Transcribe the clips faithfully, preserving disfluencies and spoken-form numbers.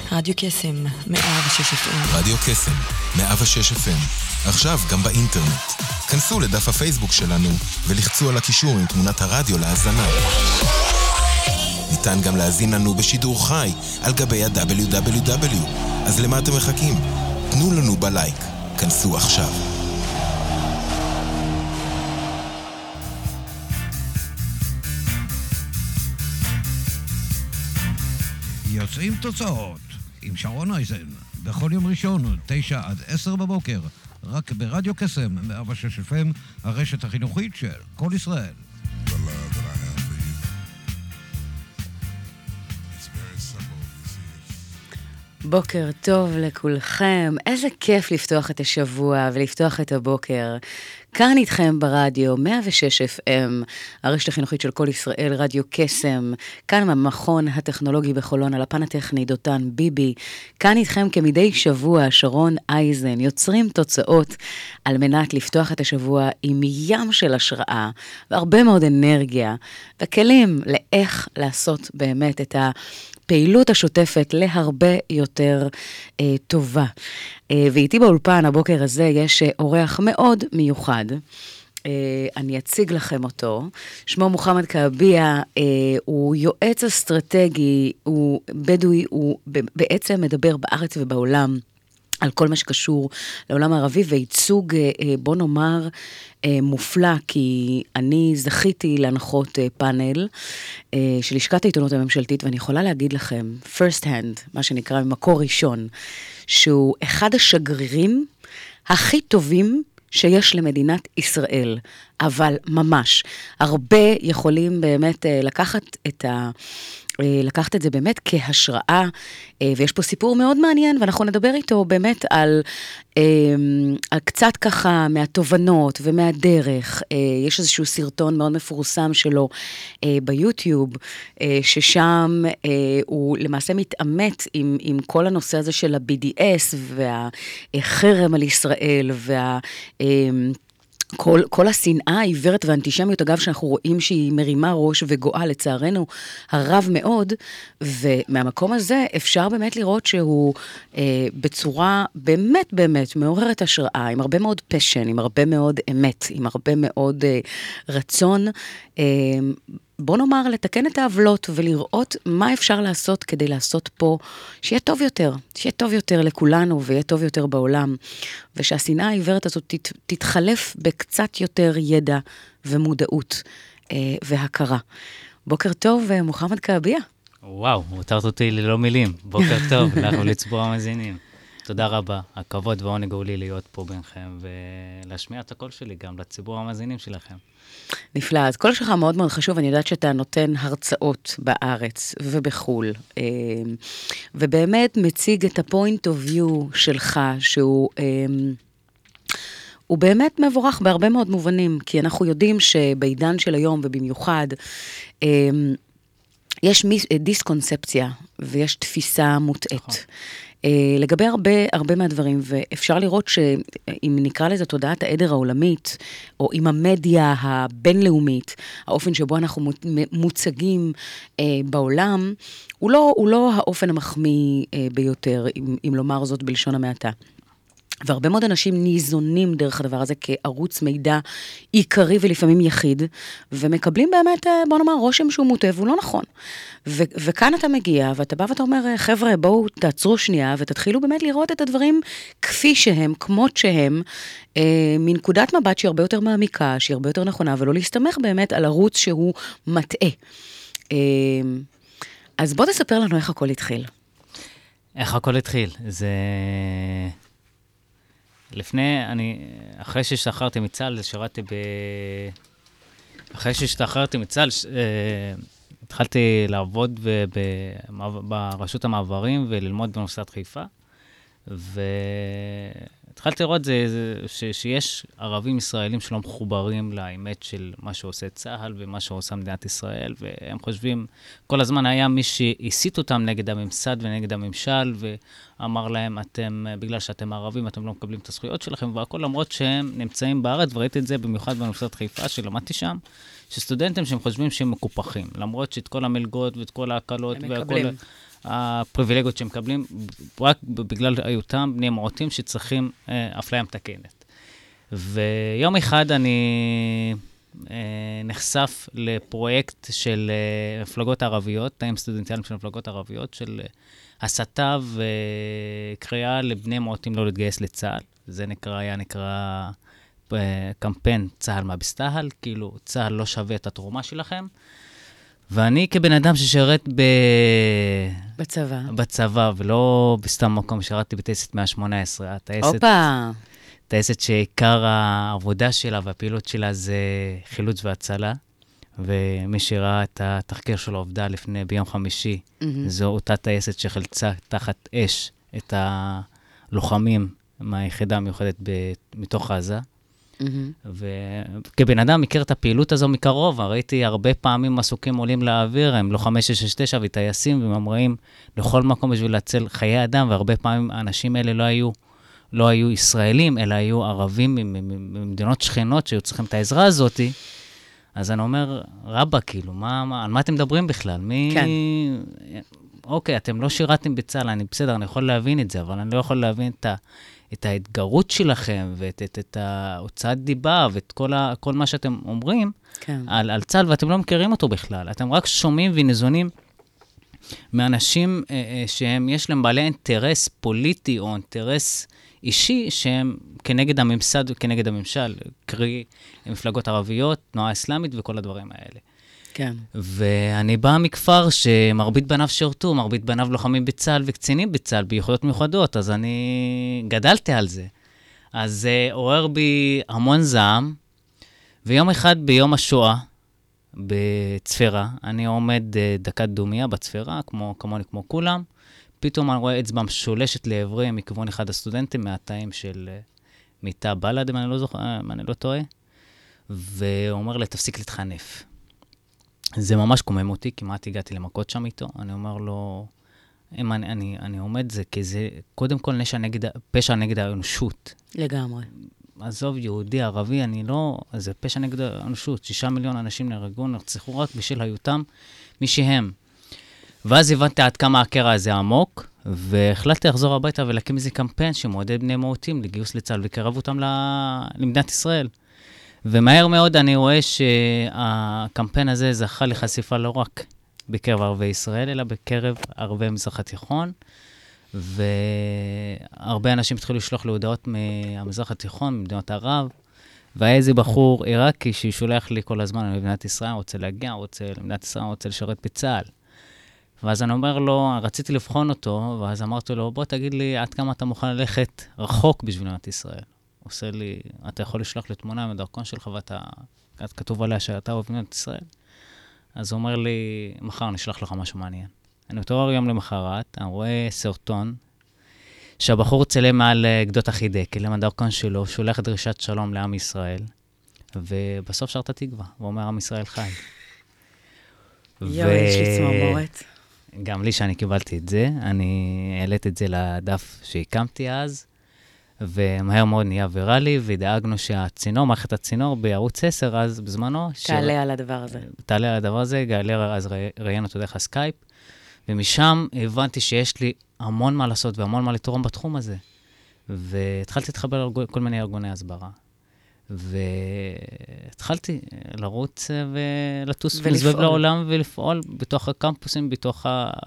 רדיו קסם, מאה ושש אף אם. רדיו קסם, מאה ושש אף אם. עכשיו גם באינטרנט. כנסו לדף הפייסבוק שלנו ולחצו על הקישור עם תמונת הרדיו להאזנה. ניתן גם להאזין לנו בשידור חי על גבי ה-דאבליו דאבליו דאבליו. אז למה אתם מחכים? תנו לנו בלייק. כנסו עכשיו. יוצאים תוצאות עם שרון אייזן בכל יום ראשון, תשע עד עשר בבוקר, רק ברדיו קסם, מאה ושש אף אם, הרשת החינוכית של כל ישראל. בוקר טוב לכולכם, איזה כיף לפתוח את השבוע ולפתוח את הבוקר. כאן איתכם ברדיו, מאה ושש אף אם, הרשת החינוכית של כל ישראל, רדיו קסם, כאן מהמכון הטכנולוגי בחולון, על הפן הטכני, דותן ביבי, כאן איתכם כמדי שבוע, שרון אייזן, יוצרים תוצאות על מנת לפתוח את השבוע עם ים של השראה, והרבה מאוד אנרגיה, וכלים לאיך לעשות באמת את ה... פעילות השוטפת להרבה יותר אה, טובה. אה, ואיתי באולפן הבוקר הזה יש אורח מאוד מיוחד. אה, אני אציג לכם אותו. שמו מוחמד קעביה, אה, הוא יועץ אסטרטגי, הוא בדואי, הוא בעצם מדבר בארץ ובעולם על כל מה שקשור לעולם הערבי, וייצוג, בוא נאמר, מופלא, כי אני זכיתי להנחות פאנל של לשכת העיתונות הממשלתית, ואני יכולה להגיד לכם, first hand, מה שנקרא ממקור ראשון, שהוא אחד השגרירים הכי טובים שיש למדינת ישראל, אבל ממש, הרבה יכולים באמת לקחת את ה... לקחת את זה באמת כהשראה, ויש פה סיפור מאוד מעניין, ואנחנו נדבר איתו באמת על, על קצת ככה מהתובנות ומהדרך. יש איזשהו סרטון מאוד מפורסם שלו ביוטיוב, ששם הוא למעשה מתאמת עם, עם כל הנושא הזה של ה-בי די אס והחרם על ישראל וה... כל, כל השנאה העיוורת והאנטישמיות, אגב, שאנחנו רואים שהיא מרימה ראש וגואה לצערנו הרב מאוד, ומהמקום הזה אפשר באמת לראות שהוא אה, בצורה באמת באמת מעוררת השראה, עם הרבה מאוד פשן, עם הרבה מאוד אמת, עם הרבה מאוד אה, רצון, אה, בוא נאמר, לתקן את העוולות ולראות מה אפשר לעשות כדי לעשות פה שיהיה טוב יותר, שיהיה טוב יותר לכולנו ויהיה טוב יותר בעולם, ושהשנאה העיוורת הזאת תת, תתחלף בקצת יותר ידע ומודעות אה, והכרה. בוקר טוב, מוחמד קעביה. וואו, הותרת אותי ללא מילים. בוקר טוב, לך ולציבור המאזינים. תודה רבה, הכבוד והעונג הוא לי להיות פה ביניכם, ולהשמיע את הקול שלי גם לציבור המאזינים שלכם. נפלא, אז קול שלך מאוד מאוד חשוב, אני יודעת שאתה נותן הרצאות בארץ ובחול, ובאמת מציג את ה-point of view שלך, שהוא הוא באמת מבורך בהרבה מאוד מובנים, כי אנחנו יודעים שבעידן של היום ובמיוחד, יש דיסקונספציה ויש תפיסה מוטעית. נכון. לגבי הרבה, הרבה מהדברים, ואפשר לראות שאם נקרא לזה תודעת העדר העולמית, או עם המדיה הבינלאומית, האופן שבו אנחנו מוצגים בעולם, הוא לא, הוא לא האופן המחמיא ביותר, אם, אם לומר זאת בלשון המעטה. והרבה מאוד אנשים ניזונים דרך הדבר הזה כערוץ מידע עיקרי ולפעמים יחיד, ומקבלים באמת, בוא נאמר, רושם שהוא מוטה, והוא לא נכון. ו- וכאן אתה מגיע, ואתה בא ואתה אומר, חבר'ה, בואו תעצרו שנייה, ותתחילו באמת לראות את הדברים כפי שהם, כמות שהם, אה, מנקודת מבט שהיא הרבה יותר מעמיקה, שהיא הרבה יותר נכונה, ולא להסתמך באמת על ערוץ שהוא מטעה. אה, אז בוא תספר לנו איך הכל התחיל. איך הכל התחיל? זה... לפני, אני, אחרי שהשתחררתי מצה"ל, שירתי ב... אחרי שהשתחררתי מצה"ל, התחלתי לעבוד ברשות המעברים וללמוד באוניברסיטת חיפה, והתחלתי לראות זה, ש, שיש ערבים ישראלים שלא מחוברים לאמת של מה שעושה צה"ל ומה שעושה מדינת ישראל, והם חושבים, כל הזמן היה מי שהסיט אותם נגד הממסד ונגד הממשל, ואמר להם, אתם, בגלל שאתם ערבים, אתם לא מקבלים את הזכויות שלכם, והכל למרות שהם נמצאים בארץ, וראיתי את זה במיוחד באוניברסיטת חיפה, שלמדתי שם, שסטודנטים שהם חושבים שהם מקופחים, למרות שאת כל המלגות ואת כל ההקלות, והכל, הפריבילגיות שהם מקבלים, רק בגלל היותם בני מיעוטים שצריכים אפליה מתקנת. ויום אחד אני נחשף לפרויקט של מפלגות ערביות, תאים סטודנטיאליים של מפלגות ערביות, של הסתה וקריאה לבני מיעוטים לא להתגייס לצה"ל. זה נקרא, היה נקרא קמפיין צה"ל מה בסתהל, כאילו צה"ל לא שווה את התרומה שלכם. ואני כבן אדם ששרת ב... בצבא. בצבא, ולא בסתם מקום, שרתתי בטייסת מאה שמונה עשרה. הופה! טייסת שעיקר העבודה שלה והפעילות שלה זה חילוץ והצלה. ומי שראה את התחקיר של העובדה לפני, ביום חמישי, mm-hmm. זו אותה טייסת שחלצה תחת אש את הלוחמים מהיחידה המיוחדת ב... מתוך עזה. Mm-hmm. וכבן אדם מכיר את הפעילות הזו מקרוב, ראיתי הרבה פעמים מסוקים עולים לאוויר, הם לוחמי שש שש תשע וטייסים, והם אמראים לכל מקום בשביל להציל חיי אדם, והרבה פעמים האנשים האלה לא היו, לא היו ישראלים, אלא היו ערבים ממדינות שכנות שהיו צריכים את העזרה הזאת. אז אני אומר, רבא, כאילו, מה, מה, על מה אתם מדברים בכלל? מי... כן. אוקיי, אתם לא שירתם בצה"ל, אני בסדר, אני יכול להבין את זה, אבל אני לא יכול להבין את ה... את ההתגרות שלכם, ואת את, את ההוצאת דיבה, ואת כל, ה, כל מה שאתם אומרים כן. על, על צה"ל, ואתם לא מכירים אותו בכלל. אתם רק שומעים ונזונים מאנשים אה, אה, שהם, יש להם בעלי אינטרס פוליטי, או אינטרס אישי, שהם כנגד הממסד וכנגד הממשל, קרי מפלגות ערביות, תנועה אסלאמית וכל הדברים האלה. כן. ואני בא מכפר שמרבית בניו שרתו, מרבית בניו לוחמים בצה"ל וקצינים בצה"ל, ביכולות מיוחדות, אז אני גדלתי על זה. אז זה עורר בי המון זעם, ויום אחד ביום השואה, בצפירה, אני עומד דקת דומיה בצפירה, כמו, כמוני כמו כולם, פתאום אני רואה אצבע משולשת לעברי מכיוון אחד הסטודנטים, מהתאים של מיטה בלד, אם אני לא זוכר, אם אני לא טועה, והוא אומר לי, תפסיק להתחנף. זה ממש קומם אותי, כמעט הגעתי למכות שם איתו. אני אומר לו, אם אני, אני, אני עומד זה, כי זה קודם כל נשע נגד, פשע נגד האנושות. לגמרי. עזוב, יהודי, ערבי, אני לא, זה פשע נגד האנושות. שישה מיליון אנשים נהרגו, נרצחו רק בשביל היותם מי שהם. ואז הבנתי עד כמה הקרע הזה עמוק, והחלטתי לחזור הביתה ולהקים איזה קמפיין שמעודד בני מיעוטים לגיוס לצה"ל וקרב אותם למדינת ישראל. ומהר מאוד אני רואה שהקמפיין הזה זכה לחשיפה לא רק בקרב ערבי ישראל, אלא בקרב ערבי מזרח התיכון, והרבה אנשים התחילו לשלוח להודעות מהמזרח התיכון, ממדינות ערב, והיה איזה בחור עיראקי ששולח לי כל הזמן למדינת ישראל, רוצה להגיע, רוצה למדינת ישראל, רוצה לשרת בצה"ל. ואז אני אומר לו, רציתי לבחון אותו, ואז אמרתי לו, בוא תגיד לי עד כמה אתה מוכן ללכת רחוק בשביל מדינת ישראל. עושה לי, אתה יכול לשלוח לי תמונה עם הדרכון שלך, ואתה, כתוב עליה שאתה אוהב מדינת ישראל. אז הוא אומר לי, מחר נשלח לך משהו מעניין. אני מתעורר יום למחרת, אני רואה סרטון, שהבחור צלם מעל גדות החידקל, עם הדרכון שלו, שולח דרישת שלום לעם ישראל, ובסוף שרת תקווה, ואומר, עם ישראל חי. יואי, יש לי צמרמורת. גם לי שאני קיבלתי את זה, אני העליתי את זה לדף שהקמתי אז, ומהר מאוד נהיה ויראלי, ודאגנו שהצינור, מערכת הצינור בערוץ עשר, אז בזמנו... תעלה ש... על הדבר הזה. תעלה על הדבר הזה, גאלר אז ראיין אותו דרך הסקייפ, ומשם הבנתי שיש לי המון מה לעשות, והמון מה לתרום בתחום הזה. והתחלתי להתחבר לכל מיני ארגוני הסברה. והתחלתי לרוץ ולטוס מסביב לעולם, ולפעול בתוך הקמפוסים, בתוך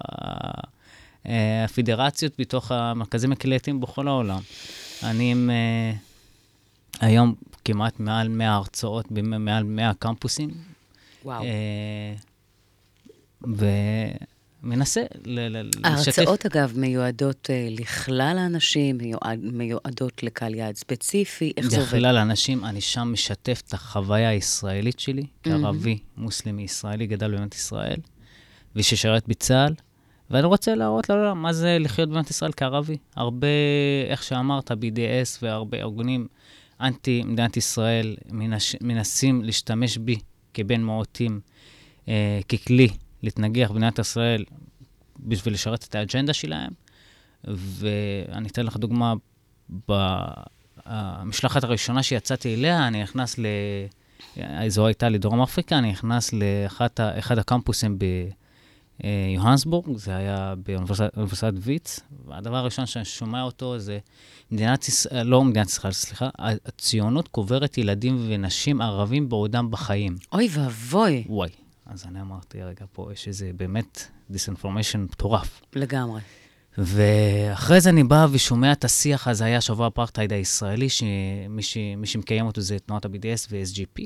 הפידרציות, בתוך המרכזים הקהילתיים בכל העולם. אני עם, uh, היום כמעט מעל מאה הרצאות, מעל מאה קמפוסים. וואו. Uh, ומנסה ל- ל- לשתף. ההרצאות, אגב, מיועדות uh, לכלל האנשים, מיועד, מיועדות לקהל יעד ספציפי, איך זה עובד? לכלל האנשים, אני שם משתף את החוויה הישראלית שלי, כערבי, מוסלמי, ישראלי, גדל במדינת ישראל, וששרת בצה"ל, ואני רוצה להראות לעולם מה זה לחיות במדינת ישראל כערבי. הרבה, איך שאמרת, בי די אס והרבה ארגונים אנטי מדינת ישראל מנש, מנסים להשתמש בי כבן מיעוטים, אה, ככלי להתנגח במדינת ישראל בשביל לשרת את האג'נדה שלהם. ואני אתן לך דוגמה, במשלחת הראשונה שיצאתי אליה, אני נכנס ל... זו הייתה לדרום אפריקה, אני נכנס לאחד הקמפוסים ב... יוהנסבורג, זה היה באוניברסיטת ויץ, והדבר הראשון שאני שומע אותו זה מדינת ישראל, לא מדינת ישראל, סליחה, הציונות קוברת ילדים ונשים ערבים בעודם בחיים. אוי ואבוי. וואי, אז אני אמרתי, רגע, פה יש איזה באמת דיסאינפורמיישן מטורף. לגמרי. ואחרי זה אני בא ושומע את השיח, אז היה שבוע אפרטהייד הישראלי, שמי שמקיים אותו זה תנועת ה-בי די אס ו-אס ג'י פי,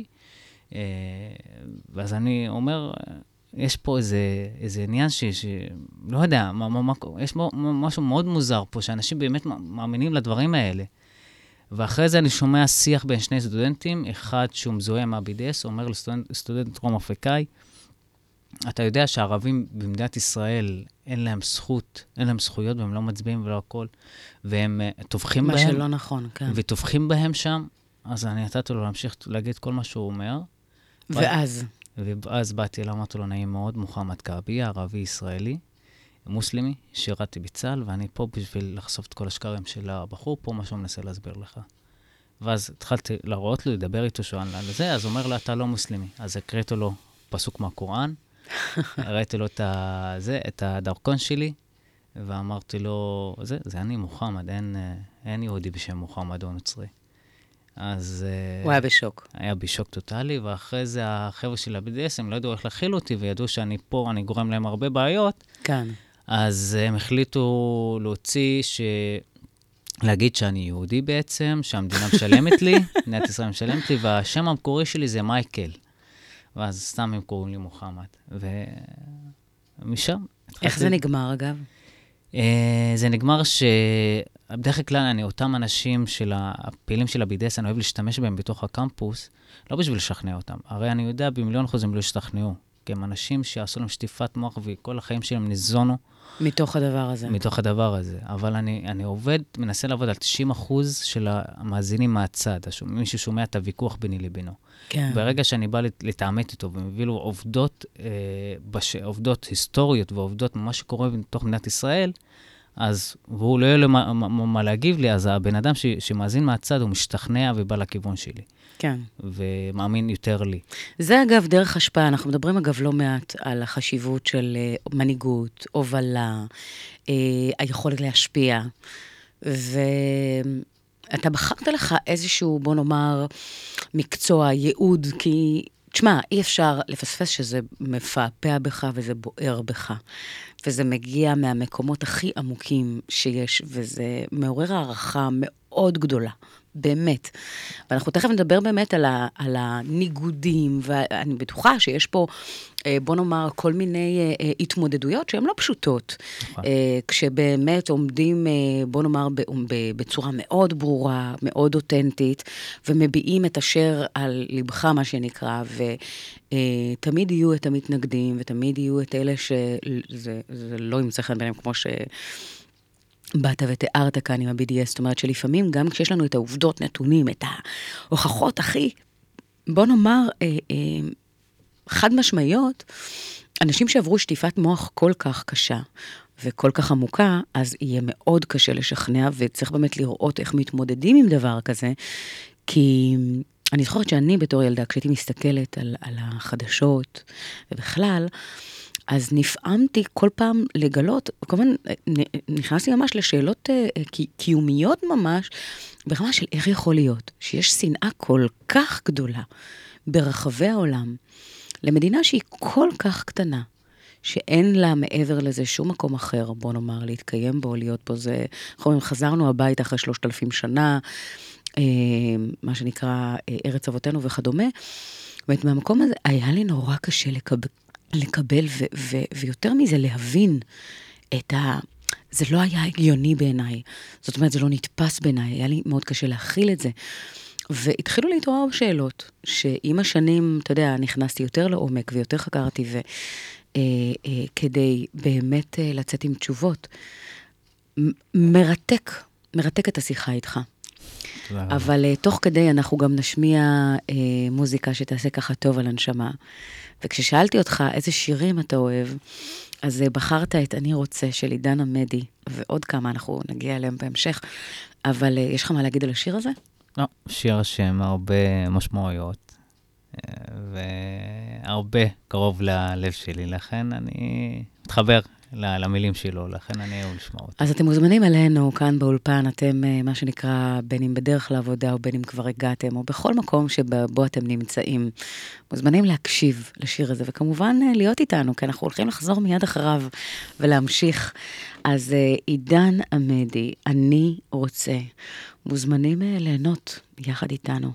ואז אני אומר, יש פה איזה, איזה עניין ש, ש... לא יודע, מה, מה, מה, יש משהו מאוד מוזר פה, שאנשים באמת מאמינים לדברים האלה. ואחרי זה אני שומע שיח בין שני סטודנטים, אחד שהוא מזוהה מה-בי די אס, אומר לסטודנט, סטודנט דרום אפריקאי, אתה יודע שהערבים במדינת ישראל אין להם זכות, אין להם זכויות, והם לא מצביעים ולא הכל, והם תופכים בהם. מה שלא נכון, כן. ותופכים בהם שם, אז אני נתתי לו להמשיך להגיד כל מה שהוא אומר. ואז? ואז באתי אליו, אמרתי לו, נעים מאוד, מוחמד כעבי, ערבי ישראלי, מוסלמי, שירתי בצה"ל, ואני פה בשביל לחשוף את כל השקרים של הבחור, פה מה שהוא מנסה להסביר לך. ואז התחלתי להראות לו, לדבר איתו שואל על זה, אז הוא אומר לו, אתה לא מוסלמי. אז הקראתי לו פסוק מהקוראן, ראיתי לו את, זה, את הדרכון שלי, ואמרתי לו, זה, זה אני מוחמד, אין, אין יהודי בשם מוחמד או נוצרי. אז... הוא היה בשוק. היה בשוק טוטלי, ואחרי זה החבר'ה של ה-בי די אס, הם לא ידעו איך להכיל אותי, וידעו שאני פה, אני גורם להם הרבה בעיות. כן. אז הם החליטו להוציא, ש... להגיד שאני יהודי בעצם, שהמדינה משלמת לי, מדינת ישראל משלמת לי, והשם המקורי שלי זה מייקל. ואז סתם הם קוראים לי מוחמד. ומשם... איך זה נגמר, אגב? זה נגמר ש... בדרך כלל אני, אותם אנשים של הפעילים של ה-בי די אס, אני אוהב להשתמש בהם בתוך הקמפוס, לא בשביל לשכנע אותם. הרי אני יודע, במיליון אחוז הם לא ישתכנעו. כי הם אנשים שעשו להם שטיפת מוח, וכל החיים שלהם ניזונו. מתוך הדבר הזה. מתוך הדבר הזה. אבל אני, אני עובד, מנסה לעבוד על תשעים אחוז של המאזינים מהצד. מישהו שומע את הוויכוח ביני לבינו. כן. ברגע שאני בא להתעמת איתו, ומביא לו עובדות, אה, בש... עובדות היסטוריות, ועובדות מה שקורה בתוך מדינת ישראל, אז, והוא לא יהיה לו מה, מה, מה להגיב לי, אז הבן אדם ש, שמאזין מהצד, הוא משתכנע ובא לכיוון שלי. כן. ומאמין יותר לי. זה אגב דרך השפעה, אנחנו מדברים אגב לא מעט על החשיבות של מנהיגות, הובלה, אה, היכולת להשפיע, ואתה בחרת לך איזשהו, בוא נאמר, מקצוע, ייעוד, כי... תשמע, אי אפשר לפספס שזה מפעפע בך וזה בוער בך. וזה מגיע מהמקומות הכי עמוקים שיש, וזה מעורר הערכה מאוד גדולה, באמת. ואנחנו תכף נדבר באמת על, ה, על הניגודים, ואני בטוחה שיש פה, בוא נאמר, כל מיני התמודדויות שהן לא פשוטות. נכון. כשבאמת עומדים, בוא נאמר, בצורה מאוד ברורה, מאוד אותנטית, ומביעים את אשר על לבך, מה שנקרא, ותמיד יהיו את המתנגדים, ותמיד יהיו את אלה שזה זה לא ימצא חן ביניהם, כמו ש... באת ותיארת כאן עם ה-בי די אס, זאת אומרת שלפעמים גם כשיש לנו את העובדות, נתונים, את ההוכחות הכי, בוא נאמר, אה, אה, חד משמעיות, אנשים שעברו שטיפת מוח כל כך קשה וכל כך עמוקה, אז יהיה מאוד קשה לשכנע, וצריך באמת לראות איך מתמודדים עם דבר כזה, כי אני זוכרת שאני בתור ילדה, כשהייתי מסתכלת על, על החדשות ובכלל, אז נפעמתי כל פעם לגלות, כמובן נכנסתי ממש לשאלות קיומיות ממש, ברמה של איך יכול להיות שיש שנאה כל כך גדולה ברחבי העולם, למדינה שהיא כל כך קטנה, שאין לה מעבר לזה שום מקום אחר, בוא נאמר, להתקיים בו, להיות בו, זה, אנחנו חזרנו הביתה אחרי שלושת אלפים שנה, מה שנקרא ארץ אבותינו וכדומה, ואת מהמקום הזה היה לי נורא קשה לקבל, לקבל ו- ו- ויותר מזה להבין את ה... זה לא היה הגיוני בעיניי, זאת אומרת, זה לא נתפס בעיניי, היה לי מאוד קשה להכיל את זה. והתחילו להתעורר שאלות, שעם השנים, אתה יודע, נכנסתי יותר לעומק ויותר חקרתי, ו... אה, אה, כדי באמת אה, לצאת עם תשובות. מ- מרתק, מרתק את השיחה איתך. אבל uh, תוך כדי אנחנו גם נשמיע uh, מוזיקה שתעשה ככה טוב על הנשמה. וכששאלתי אותך איזה שירים אתה אוהב, אז uh, בחרת את אני רוצה של עידן עמדי, ועוד כמה אנחנו נגיע אליהם בהמשך. אבל uh, יש לך מה להגיד על השיר הזה? לא, שיר שהם הרבה משמעויות. והרבה קרוב ללב שלי, לכן אני מתחבר למילים שלו, לכן אני אוהב לשמוע אותה. אז אתם מוזמנים אלינו כאן באולפן, אתם מה שנקרא בין אם בדרך לעבודה או בין אם כבר הגעתם, או בכל מקום שבו אתם נמצאים, מוזמנים להקשיב לשיר הזה, וכמובן להיות איתנו, כי אנחנו הולכים לחזור מיד אחריו ולהמשיך. אז עידן עמדי, אני רוצה, מוזמנים ליהנות יחד איתנו.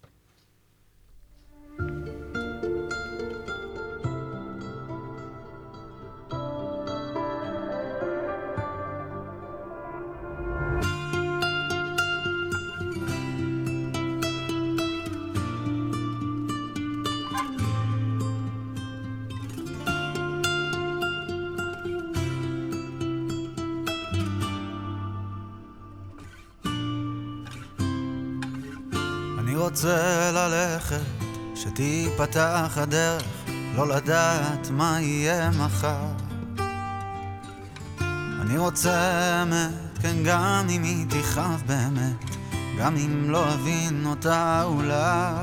אני רוצה ללכת, שתיפתח הדרך, לא לדעת מה יהיה מחר. אני רוצה אמת, כן גם אם היא תכאב באמת, גם אם לא אבין אותה אולי.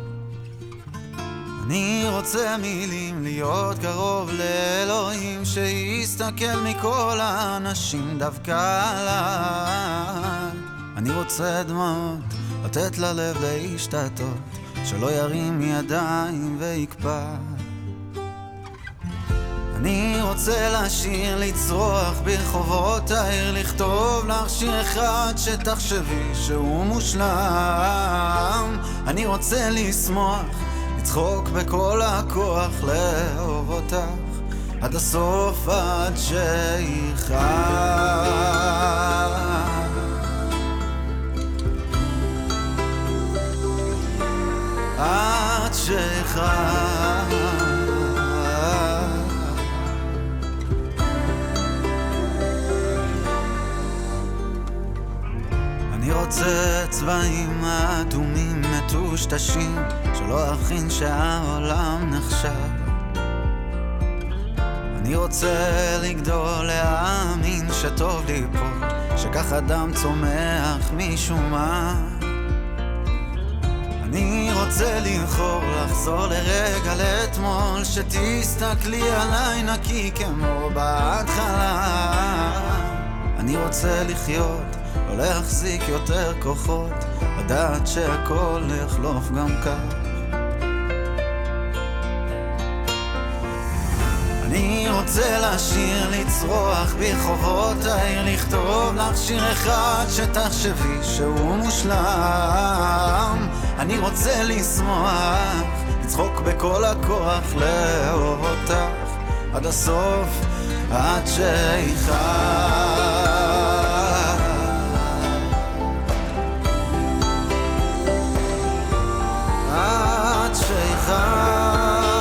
אני רוצה מילים להיות קרוב לאלוהים, שיסתכל מכל האנשים דווקא עליי. אני רוצה דמעות, לתת ללב להשתתות, שלא ירים ידיים ויקפא. אני רוצה לשיר, לצרוח ברחובות העיר, לכתוב לך שיר אחד שתחשבי שהוא מושלם. אני רוצה לשמוח, לצחוק בכל הכוח, לאהוב אותך עד הסוף, עד שיכאב. עד שיכאב. אני רוצה צבעים אדומים מטושטשים, שלא אכין שהעולם נחשב. אני רוצה לגדול, להאמין שטוב לי פה, שכך אדם צומח משום מה. אני רוצה לבחור, לחזור לרגע לאתמול, שתסתכלי עליי נקי כמו בהתחלה. אני רוצה לחיות, לא להחזיק יותר כוחות, לדעת שהכל יחלוף גם כך. אני רוצה לשיר, לצרוח ברחובות העיר, לכתוב לך שיר אחד שתחשבי שהוא מושלם. אני רוצה לשמוח, לצחוק בכל הכוח, לאהוב אותך עד הסוף, עד שיכאב. עד שיכאב.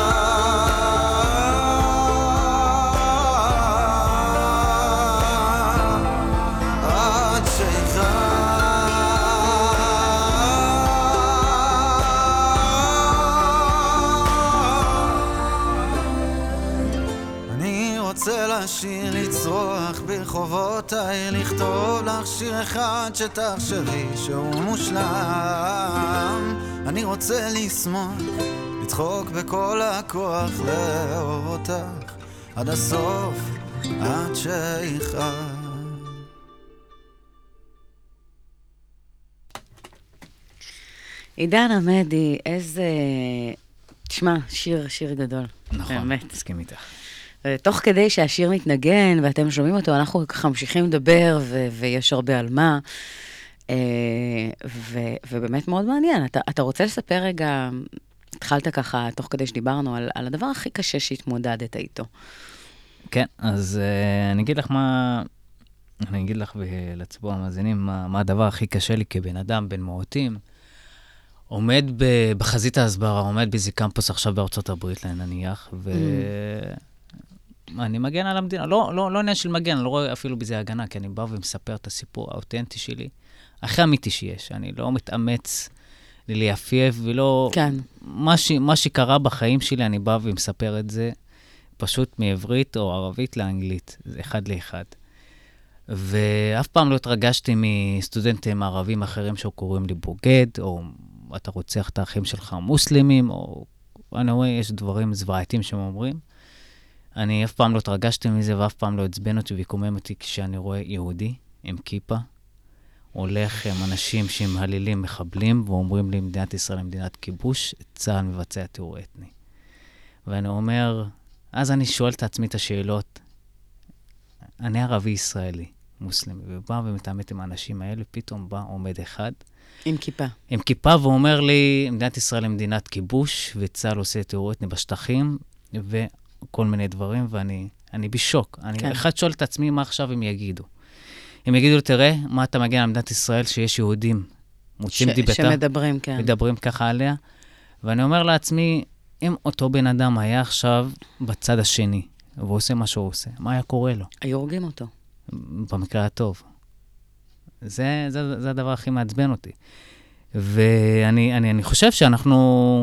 לשיר, לצרוח ברחובות העיר, לכתוב לך שיר אחד שתחשבי שהוא מושלם. אני רוצה לשמוח, לצחוק בכל הכוח, לאהוב אותך עד הסוף, עד שיכאב. עידן עמדי, איזה... תשמע, שיר, שיר גדול. נכון, באמת. מסכים איתך. תוך כדי שהשיר מתנגן ואתם שומעים אותו, אנחנו ככה ממשיכים לדבר ו- ויש הרבה על מה. ו- ובאמת מאוד מעניין. אתה, אתה רוצה לספר רגע, התחלת ככה תוך כדי שדיברנו על, על הדבר הכי קשה שהתמודדת איתו. כן, אז uh, אני אגיד לך מה, אני אגיד לך ולציבור המאזינים, מה, מה הדבר הכי קשה לי כבן אדם, בן מועטים. עומד ב- בחזית ההסברה, עומד באיזה קמפוס עכשיו בארצות הברית, נניח, ו... Mm. אני מגן על המדינה, לא, לא, לא עניין של מגן, אני לא רואה אפילו בזה הגנה, כי אני בא ומספר את הסיפור האותנטי שלי, הכי אמיתי שיש, אני לא מתאמץ ללייפייף, ולא... כן. מה, ש, מה שקרה בחיים שלי, אני בא ומספר את זה, פשוט מעברית או ערבית לאנגלית, זה אחד לאחד. ואף פעם לא התרגשתי מסטודנטים ערבים אחרים שקוראים לי בוגד, או אתה רוצח את האחים שלך מוסלמים, או אני רואה, יש דברים זוועתיים שהם אומרים. אני אף פעם לא התרגשתי מזה, ואף פעם לא עצבן אותי ויקומם אותי כשאני רואה יהודי עם כיפה, הולך עם אנשים שמהללים מחבלים, ואומרים לי, מדינת ישראל, מדינת כיבוש, צה"ל מבצע טרור אתני. ואני אומר, אז אני שואל את עצמי את השאלות, אני ערבי ישראלי, מוסלמי, ובא ומתעמת עם האנשים האלה, פתאום בא עומד אחד. עם כיפה. עם כיפה, ואומר לי, מדינת ישראל היא מדינת כיבוש, וצה"ל עושה טרור אתני בשטחים, וכל מיני דברים, ואני אני בשוק. אני כן. אחד שואל את עצמי, מה עכשיו הם יגידו? הם יגידו, תראה, מה אתה מגיע למדינת ישראל, שיש יהודים מוצאים ש- דיבתה. שמדברים, כן. מדברים ככה עליה. ואני אומר לעצמי, אם אותו בן אדם היה עכשיו בצד השני, והוא עושה מה שהוא עושה, מה היה קורה לו? היו הורגים אותו. במקרה הטוב. זה, זה, זה הדבר הכי מעצבן אותי. ואני אני, אני חושב שאנחנו,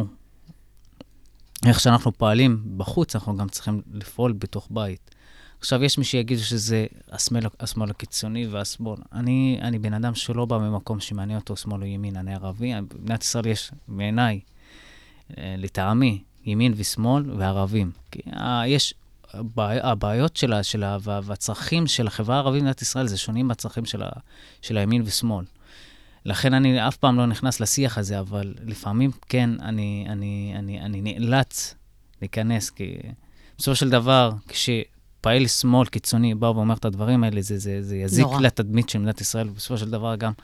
איך שאנחנו פועלים בחוץ, אנחנו גם צריכים לפעול בתוך בית. עכשיו, יש מי שיגידו שזה השמאל, השמאל הקיצוני והשמאל. אני, אני בן אדם שלא בא ממקום שמעניין אותו שמאל או ימין, אני ערבי. במדינת ישראל יש, בעיניי, לטעמי, ימין ושמאל וערבים. כי יש, הבעיות שלה, שלה והצרכים של החברה הערבית במדינת ישראל, זה שונים מהצרכים של, ה, של הימין ושמאל. לכן אני אף פעם לא נכנס לשיח הזה, אבל לפעמים כן, אני, אני, אני, אני נאלץ להיכנס, כי בסופו של דבר, כשפעיל שמאל קיצוני בא ואומר את הדברים האלה, זה, זה, זה יזיק לתדמית של מדינת ישראל, ובסופו של דבר גם,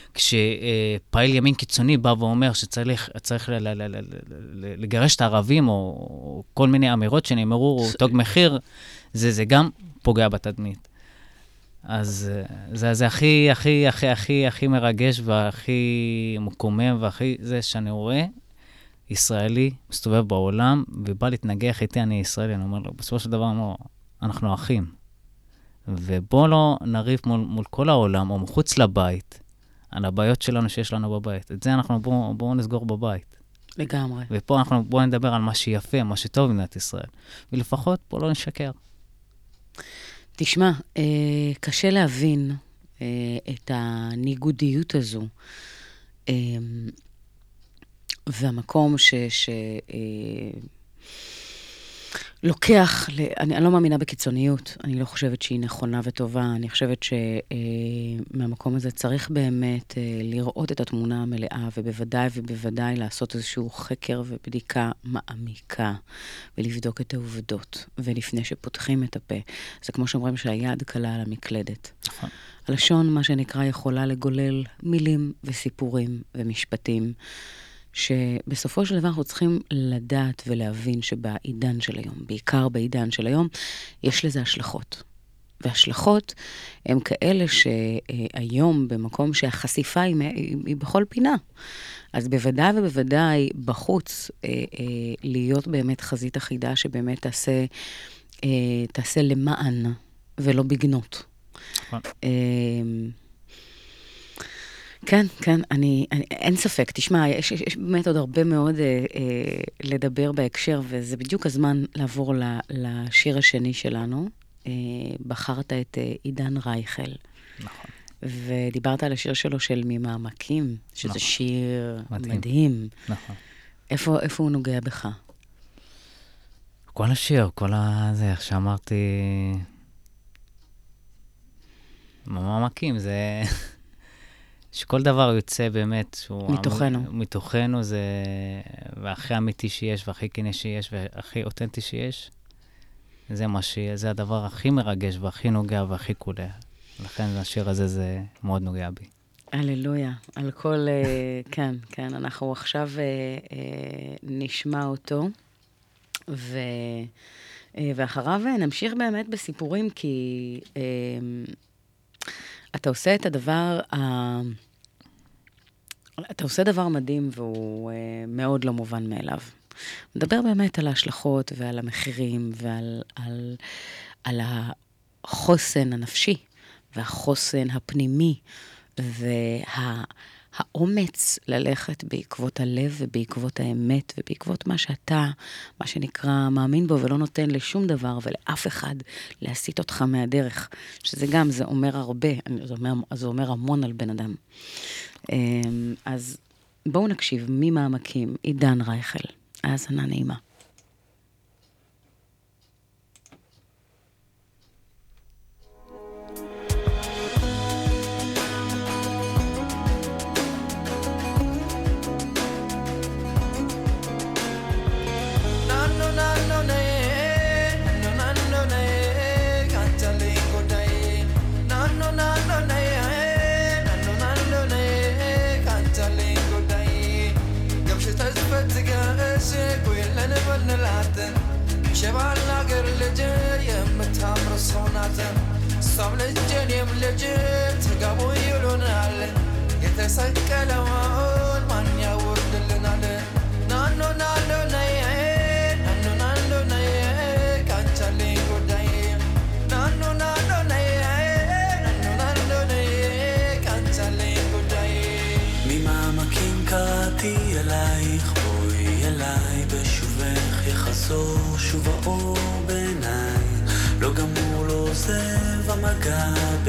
כשפעיל ימין קיצוני בא ואומר שצריך צריך ל- ל- ל- ל- לגרש את הערבים, או כל מיני אמירות שנאמרו, או תוג מחיר, זה, זה גם פוגע בתדמית. אז זה, זה הכי, הכי, הכי, הכי, הכי מרגש, והכי מקומם, והכי זה שאני רואה, ישראלי מסתובב בעולם, ובא להתנגח איתי, אני ישראלי, אני אומר לו, בסופו של דבר, לא, אנחנו אחים. ובוא לא נריב מול, מול כל העולם, או מחוץ לבית, על הבעיות שלנו שיש לנו בבית. את זה אנחנו בואו בוא נסגור בבית. לגמרי. ופה אנחנו בואו נדבר על מה שיפה, מה שטוב במדינת ישראל. ולפחות פה לא נשקר. תשמע, אה, קשה להבין אה, את הניגודיות הזו, אה, והמקום ש... ש אה, לוקח, אני, אני לא מאמינה בקיצוניות, אני לא חושבת שהיא נכונה וטובה, אני חושבת שמהמקום הזה צריך באמת לראות את התמונה המלאה, ובוודאי ובוודאי לעשות איזשהו חקר ובדיקה מעמיקה, ולבדוק את העובדות, ולפני שפותחים את הפה. זה כמו שאומרים שהיד קלה על המקלדת. נכון. הלשון, מה שנקרא, יכולה לגולל מילים וסיפורים ומשפטים, שבסופו של דבר אנחנו צריכים לדעת ולהבין שבעידן של היום, בעיקר בעידן של היום, יש לזה השלכות. והשלכות הם כאלה שהיום במקום שהחשיפה היא, היא בכל פינה. אז בוודאי ובוודאי בחוץ להיות באמת חזית אחידה שבאמת תעשה, תעשה למען ולא בגנות. נכון. כן, כן, אני, אני, אין ספק. תשמע, יש, יש, יש באמת עוד הרבה מאוד אה, אה, לדבר בהקשר, וזה בדיוק הזמן לעבור ל, לשיר השני שלנו. אה, בחרת את אה, עידן רייכל. נכון. ודיברת על השיר שלו של ממעמקים, שזה נכון. שיר מדהים. מדהים. נכון. איפה, איפה הוא נוגע בך? כל השיר, כל הזה, איך שאמרתי, ממעמקים, זה... שכל דבר יוצא באמת, שהוא מתוכנו. אמ... מתוכנו זה, והכי אמיתי שיש, והכי כנה שיש, והכי אותנטי שיש, זה מה ש... זה הדבר הכי מרגש, והכי נוגע, והכי קולה. לכן השיר הזה, זה מאוד נוגע בי. הללויה. על כל... כן, כן, אנחנו עכשיו נשמע אותו, ו... ואחריו נמשיך באמת בסיפורים, כי... אתה עושה את הדבר, אתה עושה דבר מדהים והוא מאוד לא מובן מאליו. מדבר באמת על ההשלכות ועל המחירים ועל על, על החוסן הנפשי והחוסן הפנימי והאומץ ללכת בעקבות הלב ובעקבות האמת ובעקבות מה שאתה, מה שנקרא, מאמין בו ולא נותן לשום דבר ולאף אחד להסיט אותך מהדרך. שזה גם, זה אומר הרבה, זה אומר, זה אומר המון על בן אדם. אז בואו נקשיב ממעמקים, עידן רייכל. האזנה נעימה. شبال ناقر لجي يمتامر صوناتن صام لجين يم لجي ترقابو يلونال يتسكلون من يورد لنال نانو نانو نيه نانو نانو نيه كانتالين قداي نانو نانو نيه نانو نانو نيه كانتالين قداي ממעמקים קראתי אלייך בואי אליי בשובך יחזור שוב האור בעיניי לא גמור לא עוזב המגע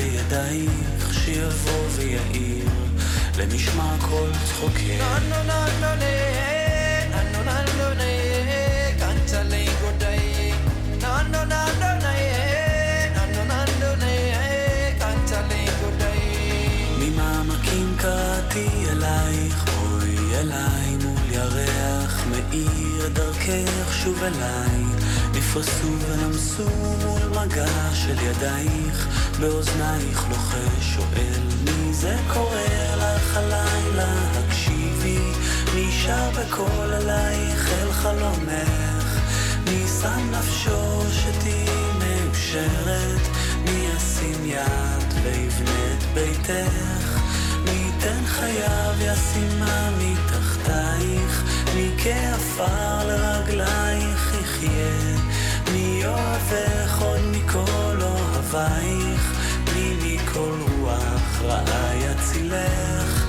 בידייך שיבוא ויעיר למשמע כל צחוקך ננו ננו ניה ננו ננו ניה קנצלי גודאי ננו ננו ניה ננו ננו ניה קנצלי גודאי ממעמקים קראתי אלייך בואי אליי מול ירח מאיר דרכך שוב אליי נפרסו ונמסו מול מגע של ידייך באוזנייך לוחש שואל מי זה קורא לך הלילה הקשיבי מי שר בקול אלייך אל חלומך מי שם נפשו שתהי מאושרת מי ישים יד ויבנה את ביתך מי ייתן חייו ישימה מתחתייך מי כעפר לרגלייך יחיה מי אוהבך עוד מכל אוהבייך מי מכל רוח רעה יצילך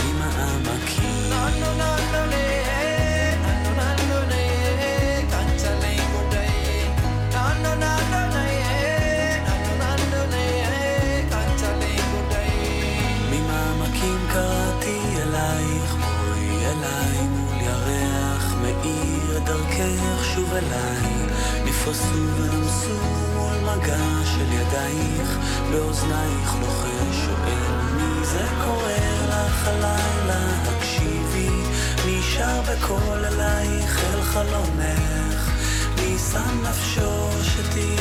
ממעמקים ננו ננו ניה ננו ננו ניה קנצלי גודאי ננו ננו ניה ננו ננו ניה קנצלי גודאי ממעמקים קראתי אלייך בואי אליי מול ירח מאיר דרכך שוב אליי נפרסו ונמסו מול מגע של ידייך באוזנייך לוחש שואל מי זה קורא לך הלילה הקשיבי מי שר בקול אלייך אל חלומך מי שם נפשו שתהי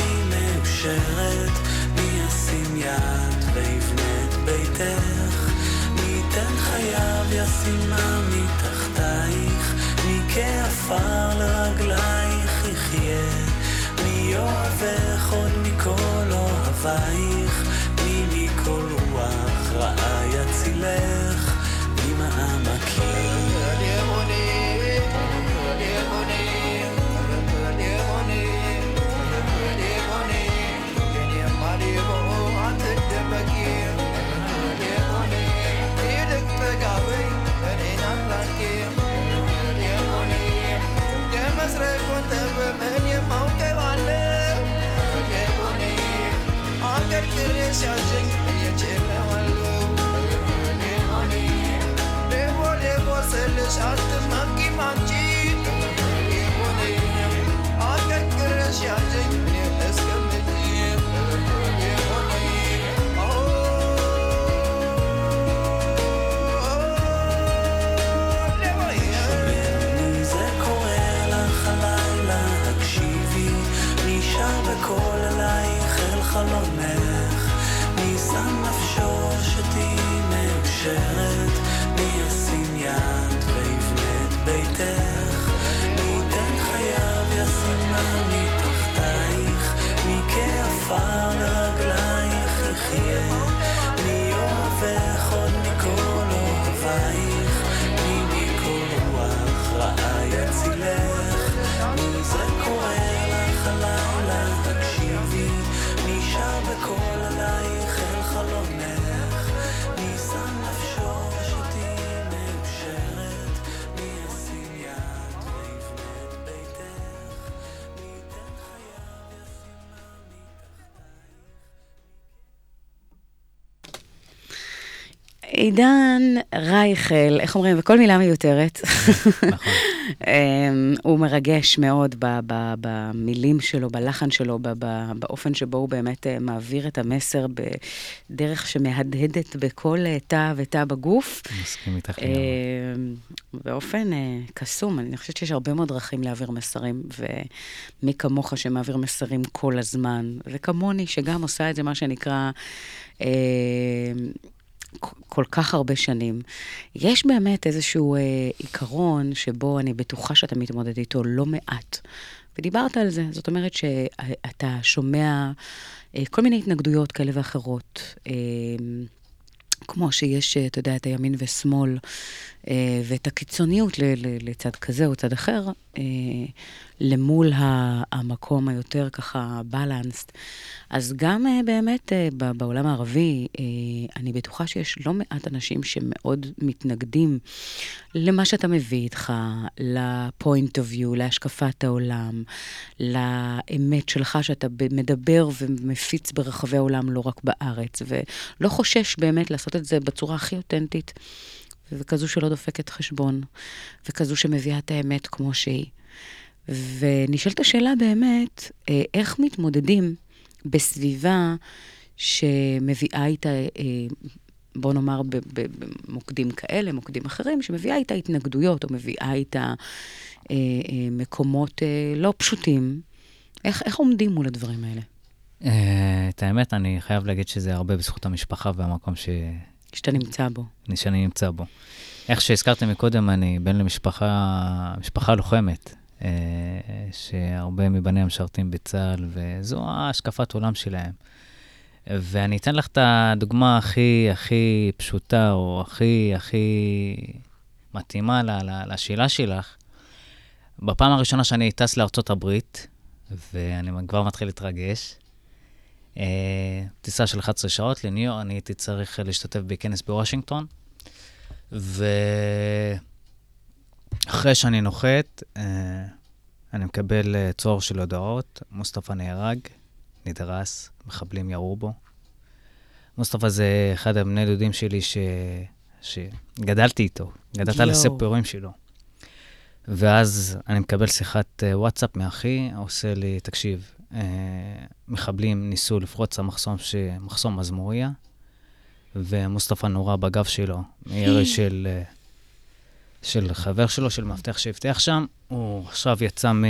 מאושרת מי ישים יד ויבנה את ביתך מי ייתן חייו ישימה מתחתייך מי כעפר לרגלייך יחיה מי אוהבך עוד מכל אוהבייך מי מכל רוח רעה יצילך ממעמקים בקול אלייך אל חלומך מי שם נפשו שתהי מאושרת מי ישים יד ויבנה את ביתך מי ייתן חייו ישימה מתחתייך מי כעפר לרגלייך יחיה מי אוהבך עוד מכל אוהבייך מי מכל רוח רעה יצילך מי זה קורא לך הלילה תקשיבי מי שר בקול עלייך אל חלומך מי שם נפשו עידן רייכל, איך אומרים, וכל מילה מיותרת. נכון. הוא מרגש מאוד במילים שלו, בלחן שלו, באופן שבו הוא באמת מעביר את המסר בדרך שמהדהדת בכל תא ותא בגוף. מסכים איתך. באופן קסום, אני חושבת שיש הרבה מאוד דרכים להעביר מסרים, ומי כמוך שמעביר מסרים כל הזמן, וכמוני שגם עושה את זה מה שנקרא כל כך הרבה שנים. יש באמת איזשהו עיקרון שבו אני בטוחה שאתה מתמודד איתו לא מעט, ודיברת על זה. זאת אומרת שאתה שומע כל מיני התנגדויות כאלה ואחרות, כמו שיש, אתה יודע, את הימין ושמאל, ואת הקיצוניות לצד כזה או צד אחר, למול המקום היותר ככה בלנסט. אז גם באמת בעולם הערבי, אני בטוחה שיש לא מעט אנשים שמאוד מתנגדים למה שאתה מביא איתך, לפוינט אוף ויו, להשקפת העולם, לאמת שלך שאתה מדבר ומפיץ ברחבי העולם, לא רק בארץ, ולא חושש באמת לעשות את זה בצורה הכי אותנטית, וכזו שלא דופקת חשבון, וכזו שמביאה את האמת כמו שהיא. ונשאלת השאלה באמת, איך מתמודדים בסביבה שמביאה איתה, בוא נאמר, במוקדים כאלה, מוקדים אחרים, שמביאה איתה התנגדויות, או מביאה איתה מקומות לא פשוטים. איך, איך עומדים מול הדברים האלה? את האמת, אני חייב להגיד שזה הרבה בזכות המשפחה והמקום ש... שאתה נמצא בו. שאני נמצא בו. איך שהזכרתם מקודם, אני בן למשפחה, משפחה לוחמת, שהרבה מבניה משרתים בצה"ל, וזו השקפת עולם שלהם. ואני אתן לך את הדוגמה הכי, הכי פשוטה, או הכי, הכי מתאימה לשאלה שלך. בפעם הראשונה שאני טס לארצות הברית, ואני כבר מתחיל להתרגש, טיסה של אחת עשרה שעות לניו יורק, אני הייתי צריך להשתתף בכנס בוושינגטון, ואחרי שאני נוחת, אני מקבל צוהר של הודעות, מוסטפא נהרג, נדרס, מחבלים ירו בו. מוסטפא זה אחד הבני דודים שלי ש... שגדלתי איתו, גדלת על הסיפורים שלו. ואז אני מקבל שיחת וואטסאפ מאחי, עושה לי, תקשיב, מחבלים ניסו לפרוץ המחסום, מחסום מזמוריה, ומוסטפא נורה בגב שלו, מירי של, של חבר שלו, של מפתח שהבטיח שם. הוא עכשיו יצא מ...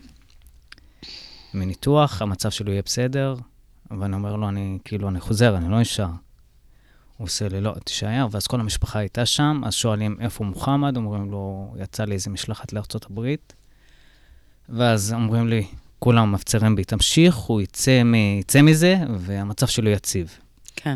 מניתוח, המצב שלו יהיה בסדר, ואני אומר לו, אני כאילו, אני חוזר, אני לא נשאר. הוא עושה לי, לא, תישאר, ואז כל המשפחה הייתה שם, אז שואלים איפה מוחמד, אומרים לו, יצא לי איזה משלחת לארצות הברית, ואז אומרים לי, כולם מפצרים בי, תמשיך, הוא יצא, מ... יצא מזה, והמצב שלו יציב. כן.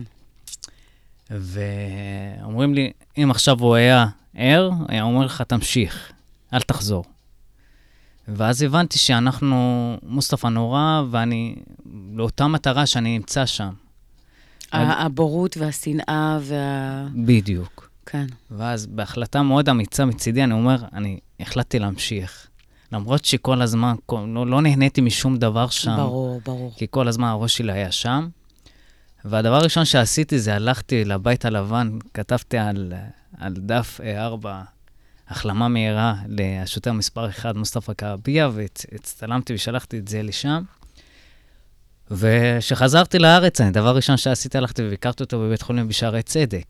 ואומרים לי, אם עכשיו הוא היה ער, היה אומר לך, תמשיך, אל תחזור. ואז הבנתי שאנחנו, מוסטפא נורא, ואני, לאותה מטרה שאני נמצא שם. הבורות והשנאה וה... בדיוק. כן. ואז בהחלטה מאוד אמיצה מצידי, אני אומר, אני החלטתי להמשיך. למרות שכל הזמן, לא, לא נהניתי משום דבר שם. ברור, ברור. כי כל הזמן הראש שלי היה שם. והדבר הראשון שעשיתי זה, הלכתי לבית הלבן, כתבתי על, על דף ארבע, החלמה מהירה לשוטר מספר אחד, מוסטפא כעביה, והצטלמתי ושלחתי את זה לשם. ושחזרתי לארץ, אני דבר ראשון שעשיתי, הלכתי וביקרתי אותו בבית חולים בשערי צדק.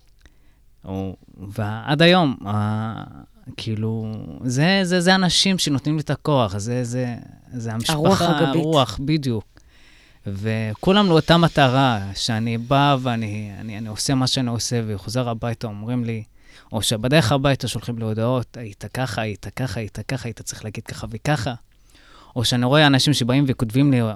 ועד היום, כאילו, זה, זה, זה אנשים שנותנים לי את הכוח, זה, זה, זה המשפחה, הרוח הגבית. הרוח, בדיוק. וכולם לאותה מטרה, שאני בא ואני אני, אני עושה מה שאני עושה, וחוזר הביתה, אומרים לי, או שבדרך הביתה שולחים לי הודעות, היית ככה, היית ככה, היית ככה, היית צריך להגיד ככה וככה. או שאני רואה אנשים שבאים וכותבים לי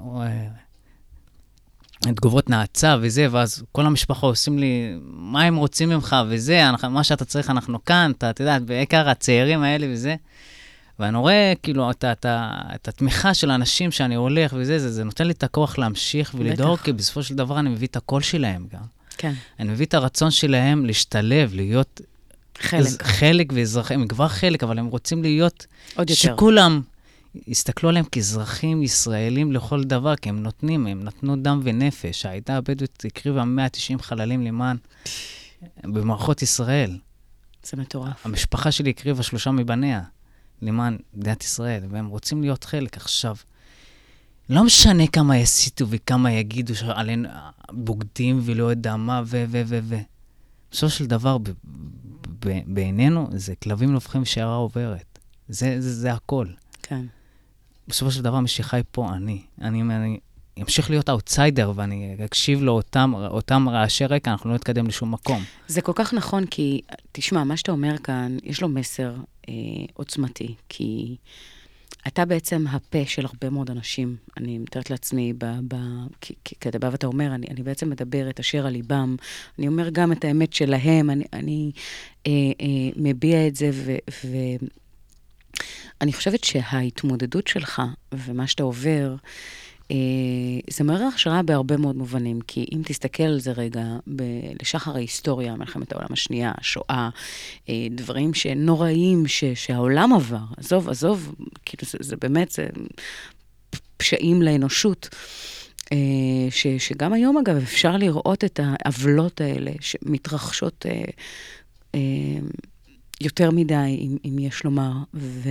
תגובות נעצה וזה, ואז כל המשפחה עושים לי, מה הם רוצים ממך וזה, אנחנו, מה שאתה צריך, אנחנו כאן, אתה, אתה יודע, בעיקר הצעירים האלה וזה. ואני רואה, כאילו, את, את, את התמיכה של האנשים שאני הולך וזה, זה, זה נותן לי את הכוח להמשיך ולדאוג, כי בסופו של דבר אני מביא את הקול שלהם גם. כן. אני מביא את הרצון שלהם להשתלב, להיות חלק. חלק ואזרחים, הם כבר חלק, אבל הם רוצים להיות עוד יותר. שכולם הסתכלו עליהם כאזרחים ישראלים לכל דבר, כי הם נותנים, הם נתנו דם ונפש. העדה הבדואית הקריבה מאה ותשעים חללים למען במערכות ישראל. זה מטורף. המשפחה שלי הקריבה שלושה מבניה למען מדינת ישראל, והם רוצים להיות חלק עכשיו. לא משנה כמה יסיתו וכמה יגידו שעלינו בוגדים ולא יודע מה, ו, ו, ו, ו. בסופו של דבר, ב, ב, בעינינו, זה כלבים נובחים שערה עוברת. זה, זה, זה הכל. כן. בסופו של דבר, מי שחי פה, אני. אני, אני אמשיך להיות אאוטסיידר, ואני אקשיב לאותם, אותם רעשי רקע, אנחנו לא נתקדם לשום מקום. זה כל כך נכון, כי, תשמע, מה שאתה אומר כאן, יש לו מסר אה, עוצמתי, כי אתה בעצם הפה של הרבה מאוד אנשים. אני מתארת לעצמי, ב, ב, כי, כי אתה בא ואתה אומר, אני, אני בעצם מדבר את אשר על ליבם, אני אומר גם את האמת שלהם, אני, אני אה, אה, מביע את זה, ו... ו אני חושבת שההתמודדות שלך ומה שאתה עובר, אה, זה מעורר השראה בהרבה מאוד מובנים, כי אם תסתכל על זה רגע, ב- לשחר ההיסטוריה, מלחמת העולם השנייה, השואה, אה, דברים שנוראים ש- שהעולם עבר, עזוב, עזוב, כאילו זה, זה באמת, זה פשעים לאנושות, אה, ש- שגם היום אגב אפשר לראות את העוולות האלה שמתרחשות אה, אה, יותר מדי, אם, אם יש לומר, ו...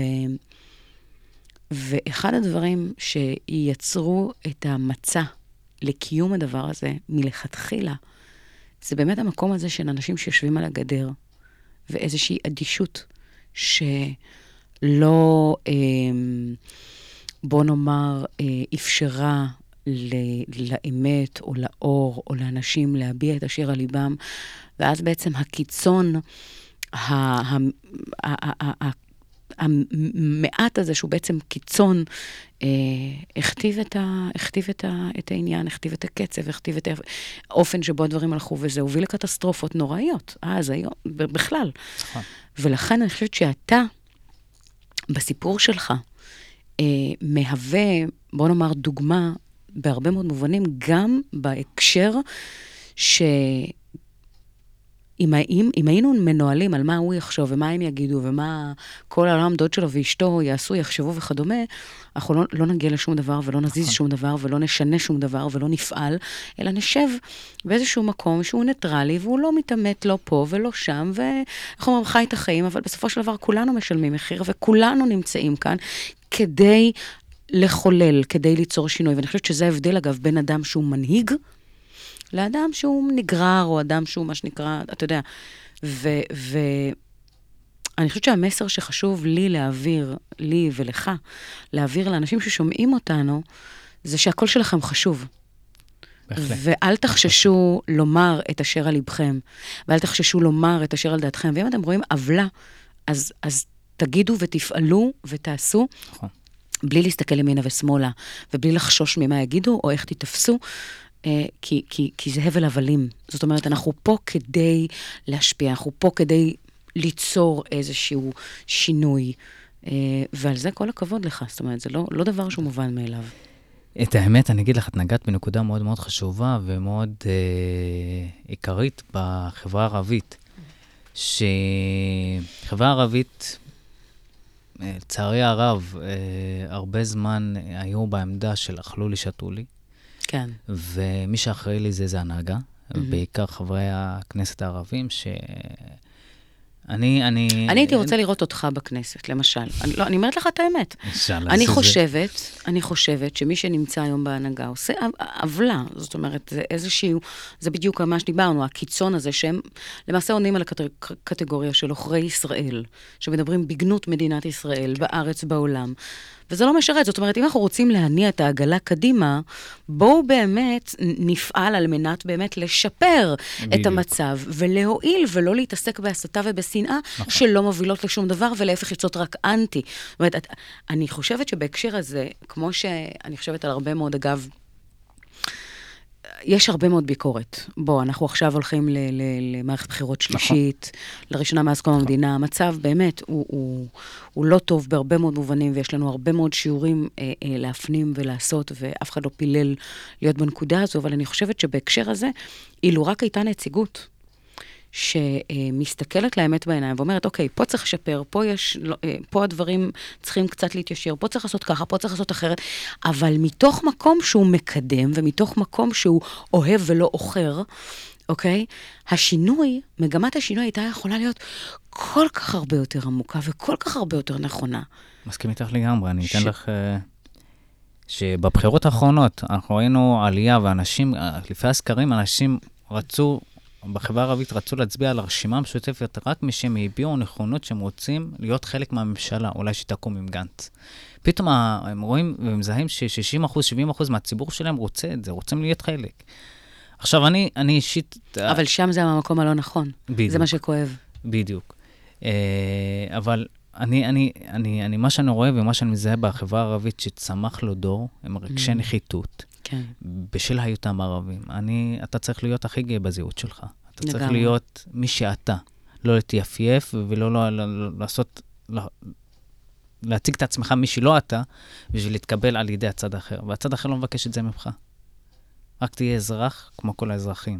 ואחד הדברים שייצרו את המצע לקיום הדבר הזה מלכתחילה, זה באמת המקום הזה של אנשים שיושבים על הגדר, ואיזושהי אדישות שלא, בוא נאמר, אפשרה לאמת או לאור או לאנשים להביע את אשר על ליבם, ואז בעצם הקיצון, המעט הזה שהוא בעצם קיצון, הכתיב את ה, הכתיב את ה, את העניין, הכתיב את הקצב, הכתיב את האופן שבו הדברים הלכו, וזה הוביל לקטסטרופות נוראיות, אז היום, בכלל. ולכן אני חושבת שאתה, בסיפור שלך, מהווה, בוא נאמר, דוגמה, בהרבה מאוד מובנים, גם בהקשר ש... אם, אם, אם היינו מנוהלים על מה הוא יחשוב, ומה הם יגידו, ומה כל העולם דוד שלו ואשתו יעשו, יחשבו וכדומה, אנחנו לא, לא נגיע לשום דבר, ולא נזיז שום דבר, ולא נשנה שום דבר, ולא נפעל, אלא נשב באיזשהו מקום שהוא ניטרלי, והוא לא מתאמת לא פה ולא שם, ואנחנו אומרים, חי את החיים, אבל בסופו של דבר כולנו משלמים מחיר, וכולנו נמצאים כאן כדי לחולל, כדי ליצור שינוי. ואני חושבת שזה ההבדל, אגב, בין אדם שהוא מנהיג, לאדם שהוא נגרר, או אדם שהוא מה שנקרא, אתה יודע, ואני חושבת שהמסר שחשוב לי להעביר, לי ולך, להעביר לאנשים ששומעים אותנו, זה שהכל שלכם חשוב. בהחלט. ואל תחששו לומר את אשר על ליבכם, ואל תחששו לומר את אשר על דעתכם, ואם אתם רואים עוולה, אז, אז תגידו ותפעלו ותעשו, נכון. בלי להסתכל ימינה ושמאלה, ובלי לחשוש ממה יגידו, או איך תתפסו, כי, כי, כי זה הבל הבלים. זאת אומרת, אנחנו פה כדי להשפיע, אנחנו פה כדי ליצור איזשהו שינוי, ועל זה כל הכבוד לך. זאת אומרת, זה לא, לא דבר שהוא מובן מאליו. את האמת, אני אגיד לך, את נגעת בנקודה מאוד מאוד חשובה ומאוד אה, עיקרית בחברה הערבית, שחברה הערבית, לצערי הרב, אה, הרבה זמן היו בעמדה של אכלו לי, שתו לי, כן. ומי שאחראי לי זה ההנהגה, mm-hmm. בעיקר חברי הכנסת הערבים, שאני... אני, אני הייתי רוצה לראות אותך בכנסת, למשל. אני, לא, אני אומרת לך את האמת. אני חושבת, אני חושבת שמי שנמצא היום בהנהגה עושה עוולה. זאת אומרת, זה איזשהו, זה בדיוק מה שדיברנו, הקיצון הזה, שהם למעשה עונים על הקטגוריה של עוכרי ישראל, שמדברים בגנות מדינת ישראל, בארץ, בעולם. וזה לא משרת. זאת אומרת, אם אנחנו רוצים להניע את העגלה קדימה, בואו באמת נפעל על מנת באמת לשפר בדיוק. את המצב, ולהועיל ולא להתעסק בהסתה ובשנאה, נכון. שלא מובילות לשום דבר, ולהפך יוצאות רק אנטי. זאת אומרת, אני חושבת שבהקשר הזה, כמו שאני חושבת על הרבה מאוד, אגב, יש הרבה מאוד ביקורת. בוא, אנחנו עכשיו הולכים ל- ל- למערכת בחירות שלישית, נכון. לראשונה מאז קום המדינה. המצב באמת הוא, הוא, הוא לא טוב בהרבה מאוד מובנים, ויש לנו הרבה מאוד שיעורים אה, אה, להפנים ולעשות, ואף אחד לא פילל להיות בנקודה הזו, אבל אני חושבת שבהקשר הזה, אילו רק הייתה נציגות, שמסתכלת לאמת בעיניים, ואומרת, אוקיי, פה צריך לשפר, פה יש, פה הדברים צריכים קצת להתיישר, פה צריך לעשות ככה, פה צריך לעשות אחרת, אבל מתוך מקום שהוא מקדם, ומתוך מקום שהוא אוהב ולא אוכר, אוקיי? השינוי, מגמת השינוי הייתה יכולה להיות כל כך הרבה יותר עמוקה וכל כך הרבה יותר נכונה. מסכים איתך לגמרי, אני אתן לך... שבבחירות האחרונות אנחנו ראינו עלייה, ואנשים, לפי הסקרים, אנשים רצו, בחברה הערבית רצו להצביע על הרשימה המשותפת, רק מי שהם הביעו נכונות שהם רוצים להיות חלק מהממשלה, אולי שתקום עם גנץ. פתאום הם רואים ומזהים ש-שישים אחוז, שבעים אחוז מהציבור שלהם רוצה את זה, רוצים להיות חלק. עכשיו, אני, אני אישית... אבל שם זה המקום הלא נכון. בדיוק. זה מה שכואב. בדיוק. אבל אני, אני, אני, אני, מה שאני רואה ומה שאני מזהה בחברה הערבית שצמח לו דור, הם רגשי נחיתות. כן. בשל היותם ערבים. אני, אתה צריך להיות הכי גאה בזהות שלך. אתה צריך להיות מי שאתה. לא להתייפייף ולא לא, לא, לא, לעשות... לא, להציג את עצמך מי שלא אתה, בשביל להתקבל על ידי הצד האחר. והצד האחר לא מבקש את זה ממך. רק תהיה אזרח כמו כל האזרחים.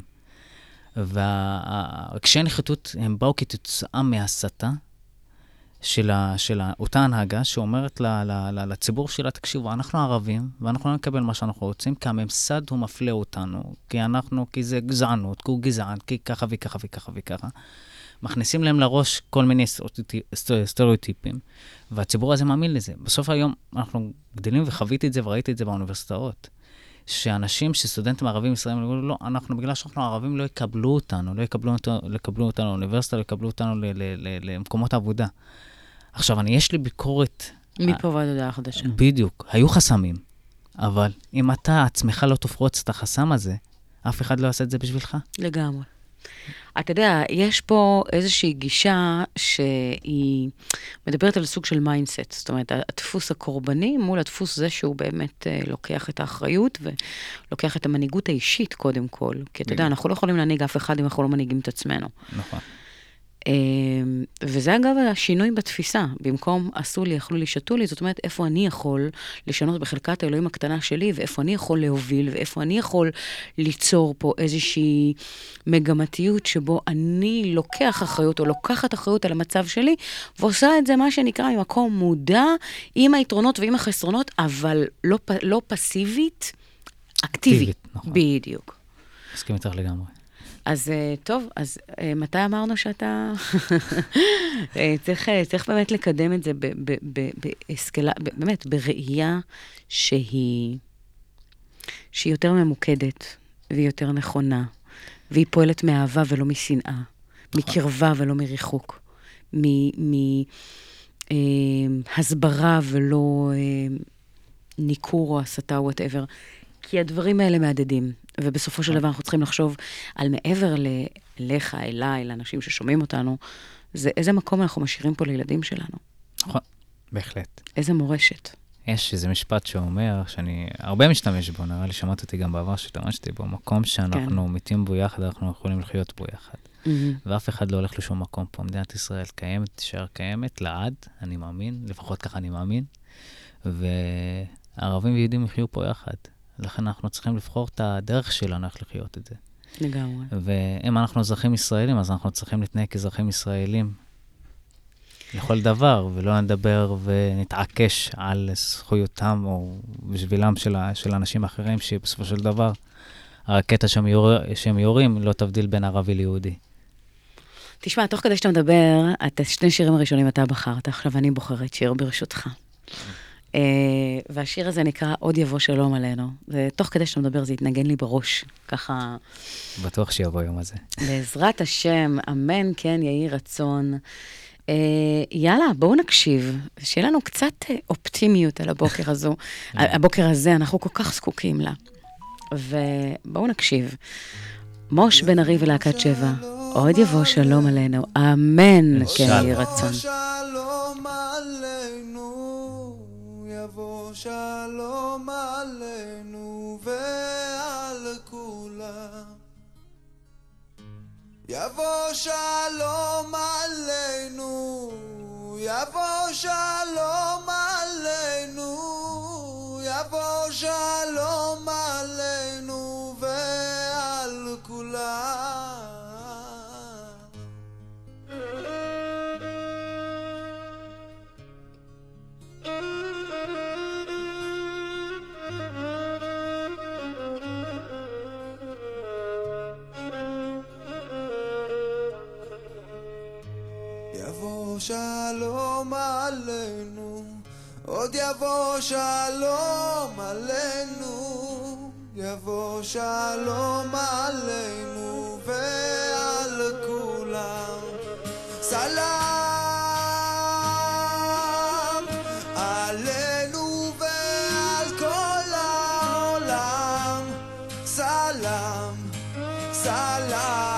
והרגשי הנחיתות הם באו כתוצאה מהסתה של, ה, של ה, אותה הנהגה שאומרת ל, ל, ל, לציבור שלה, תקשיבו, אנחנו ערבים, ואנחנו לא נקבל מה שאנחנו רוצים, כי הממסד הוא מפלה אותנו, כי אנחנו, כי זה גזענות, כי הוא גזען, כי ככה וככה וככה וככה. מכניסים להם לראש כל מיני סטריאוטיפים, והציבור הזה מאמין לזה. בסוף היום אנחנו גדלים וחוויתי את זה וראיתי את זה באוניברסיטאות. שאנשים, שסטודנטים ערבים ישראלים, אמרו, לא, אנחנו, בגלל שאנחנו ערבים, לא יקבלו אותנו, לא יקבלו אותנו, לא יקבלו אותנו לאוניברסיטה, לא יקבלו אותנו ל- ל- ל- למקומות עבודה. עכשיו, אני, יש לי ביקורת... מפה ועד הודעה חדשה. בדיוק, היו חסמים, אבל אם אתה עצמך לא תפרוץ את החסם הזה, אף אחד לא יעשה את זה בשבילך. לגמרי. אתה יודע, יש פה איזושהי גישה שהיא מדברת על סוג של מיינדסט, זאת אומרת, הדפוס הקורבני מול הדפוס זה שהוא באמת לוקח את האחריות ולוקח את המנהיגות האישית קודם כל, כי אתה יודע, אנחנו לא יכולים להנהיג אף אחד אם אנחנו לא מנהיגים את עצמנו. נכון. וזה אגב השינוי בתפיסה, במקום עשו לי, אכלו לי, שתו לי, זאת אומרת, איפה אני יכול לשנות בחלקת האלוהים הקטנה שלי, ואיפה אני יכול להוביל, ואיפה אני יכול ליצור פה איזושהי מגמתיות, שבו אני לוקח אחריות, או לוקחת אחריות על המצב שלי, ועושה את זה מה שנקרא ממקום מודע, עם היתרונות ועם החסרונות, אבל לא, לא פסיבית, אקטיבית. נכון. בדיוק. מסכים איתך לגמרי. אז טוב, אז מתי אמרנו שאתה... צריך, צריך באמת לקדם את זה בהשכלה, באמת, בראייה שהיא, שהיא יותר ממוקדת, והיא יותר נכונה, והיא פועלת מאהבה ולא משנאה, מקרבה ולא מריחוק, מהסברה ולא ניכור או הסתה או whatever. כי הדברים האלה מעדדים, ובסופו של דבר אנחנו צריכים לחשוב על מעבר אליך, אליי, לאנשים ששומעים אותנו, זה איזה מקום אנחנו משאירים פה לילדים שלנו. נכון, בהחלט. איזה מורשת. יש איזה משפט שאומר, שאני הרבה משתמש בו, נראה לי שמעת אותי גם בעבר שתמשתי בו, מקום שאנחנו כן. מתים בו יחד, אנחנו יכולים לחיות בו יחד. Mm-hmm. ואף אחד לא הולך לשום מקום פה. מדינת ישראל קיימת, תישאר קיימת, לעד, אני מאמין, לפחות ככה אני מאמין, וערבים ויהודים יחיו פה יחד. לכן אנחנו צריכים לבחור את הדרך שלנו איך לחיות את זה. לגמרי. ואם אנחנו אזרחים ישראלים, אז אנחנו צריכים להתנהג כאזרחים ישראלים לכל דבר, ולא נדבר ונתעקש על זכויותם או בשבילם של, של אנשים אחרים, שבסופו של דבר, הרקטה שהם, יור, שהם יורים לא תבדיל בין ערבי ליהודי. תשמע, תוך כדי שאתה מדבר, את שני שירים הראשונים אתה בחרת, עכשיו אני בוחרת שיר ברשותך. Uh, והשיר הזה נקרא עוד יבוא שלום עלינו. ותוך כדי שאתה מדבר זה יתנגן לי בראש, ככה... בטוח שיבוא יום הזה. בעזרת השם, אמן, כן, יהי רצון. Uh, יאללה, בואו נקשיב, שיהיה לנו קצת אופטימיות על הבוקר הזו. הבוקר הזה, אנחנו כל כך זקוקים לה. ובואו נקשיב. מוש בן ארי ולהקת שבע, עוד יבוא שלום עלינו. אמן, כן, יהי רצון. יבוא שלום עלינו ועל כולם. יבוא שלום עלינו, יבוא שלום עלינו, יבוא שלום עלינו ועל כולם. שלום עלינו, עוד יבוא שלום עלינו, יבוא שלום עלינו ועל כולם. סלם עלינו ועל כל העולם. סלם, סלם.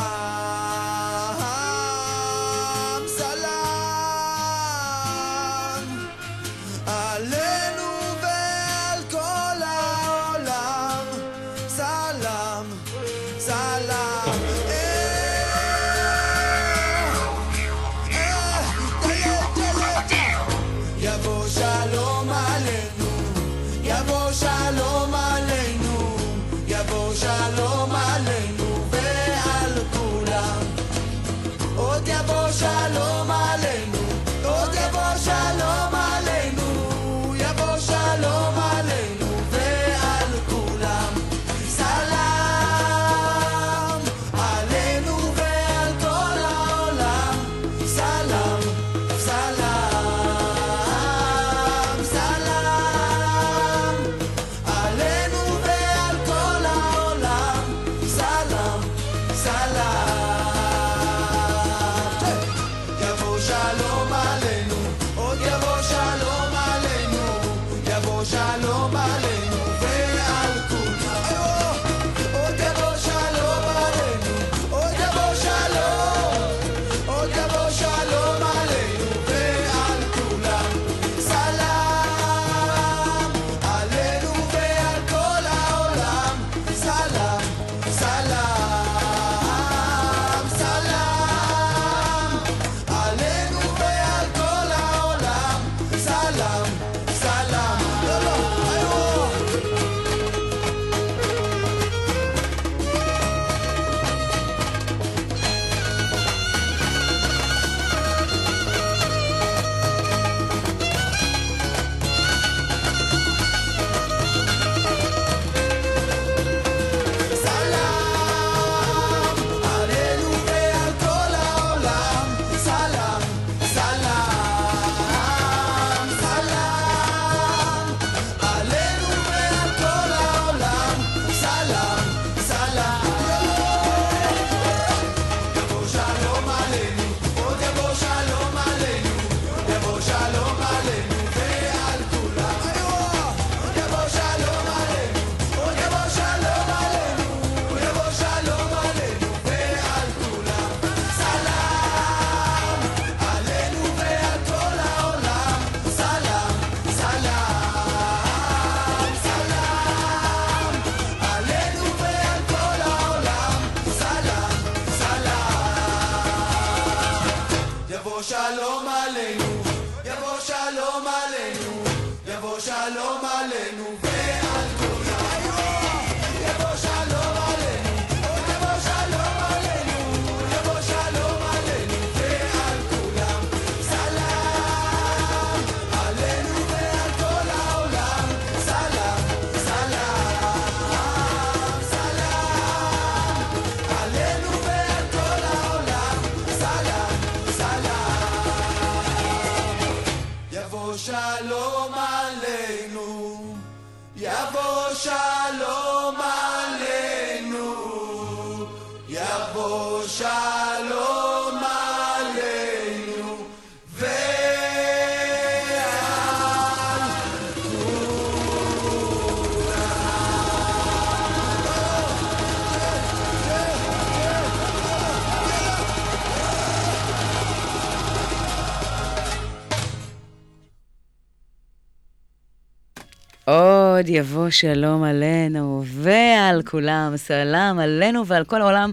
עוד יבוא שלום עלינו ועל כולם, סלם עלינו ועל כל העולם.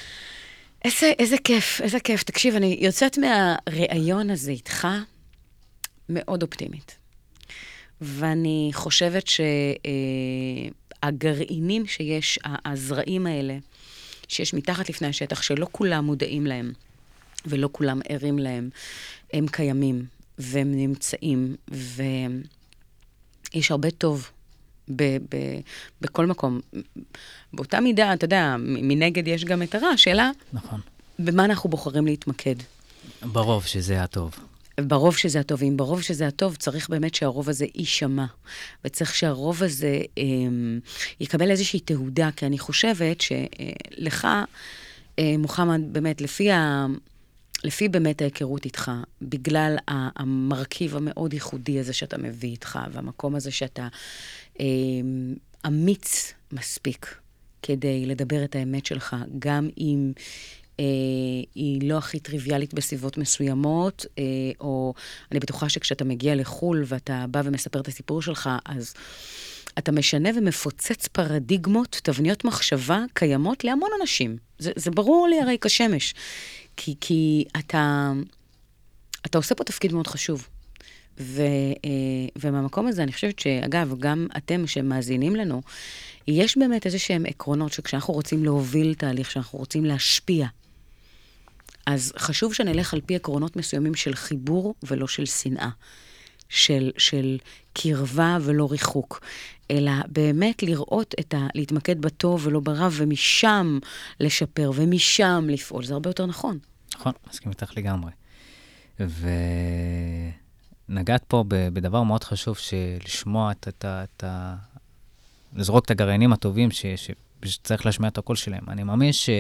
איזה, איזה כיף, איזה כיף. תקשיב, אני יוצאת מהראיון הזה איתך מאוד אופטימית. ואני חושבת שהגרעינים שיש, הזרעים האלה, שיש מתחת לפני השטח, שלא כולם מודעים להם, ולא כולם ערים להם, הם קיימים, והם נמצאים, ויש הרבה טוב ב- ב- בכל מקום. באותה מידה, אתה יודע, מנגד יש גם את הרע, השאלה, נכון. במה אנחנו בוחרים להתמקד? ברוב שזה הטוב. וברוב שזה הטוב, ואם ברוב שזה הטוב, צריך באמת שהרוב הזה יישמע, וצריך שהרוב הזה אה, יקבל איזושהי תהודה, כי אני חושבת שלך, אה, מוחמד, באמת, לפי ה... לפי באמת ההיכרות איתך, בגלל המרכיב המאוד ייחודי הזה שאתה מביא איתך, והמקום הזה שאתה אה, אמיץ מספיק כדי לדבר את האמת שלך, גם אם אה, היא לא הכי טריוויאלית בסביבות מסוימות, אה, או אני בטוחה שכשאתה מגיע לחול ואתה בא ומספר את הסיפור שלך, אז אתה משנה ומפוצץ פרדיגמות, תבניות מחשבה קיימות להמון אנשים. זה, זה ברור לי הרי כשמש. כי, כי אתה, אתה עושה פה תפקיד מאוד חשוב. ו, ומהמקום הזה אני חושבת שאגב, גם אתם שמאזינים לנו, יש באמת איזה שהם עקרונות שכשאנחנו רוצים להוביל תהליך, שאנחנו רוצים להשפיע, אז חשוב שנלך על פי עקרונות מסוימים של חיבור ולא של שנאה. של, של קרבה ולא ריחוק, אלא באמת לראות את ה... להתמקד בטוב ולא ברע, ומשם לשפר, ומשם לפעול. זה הרבה יותר נכון. נכון, מסכים איתך לגמרי. ונגעת פה בדבר מאוד חשוב, שלשמוע את, את, את ה... לזרוק את הגרעינים הטובים, ש, ש, שצריך להשמיע את הקול שלהם. אני מאמין ש...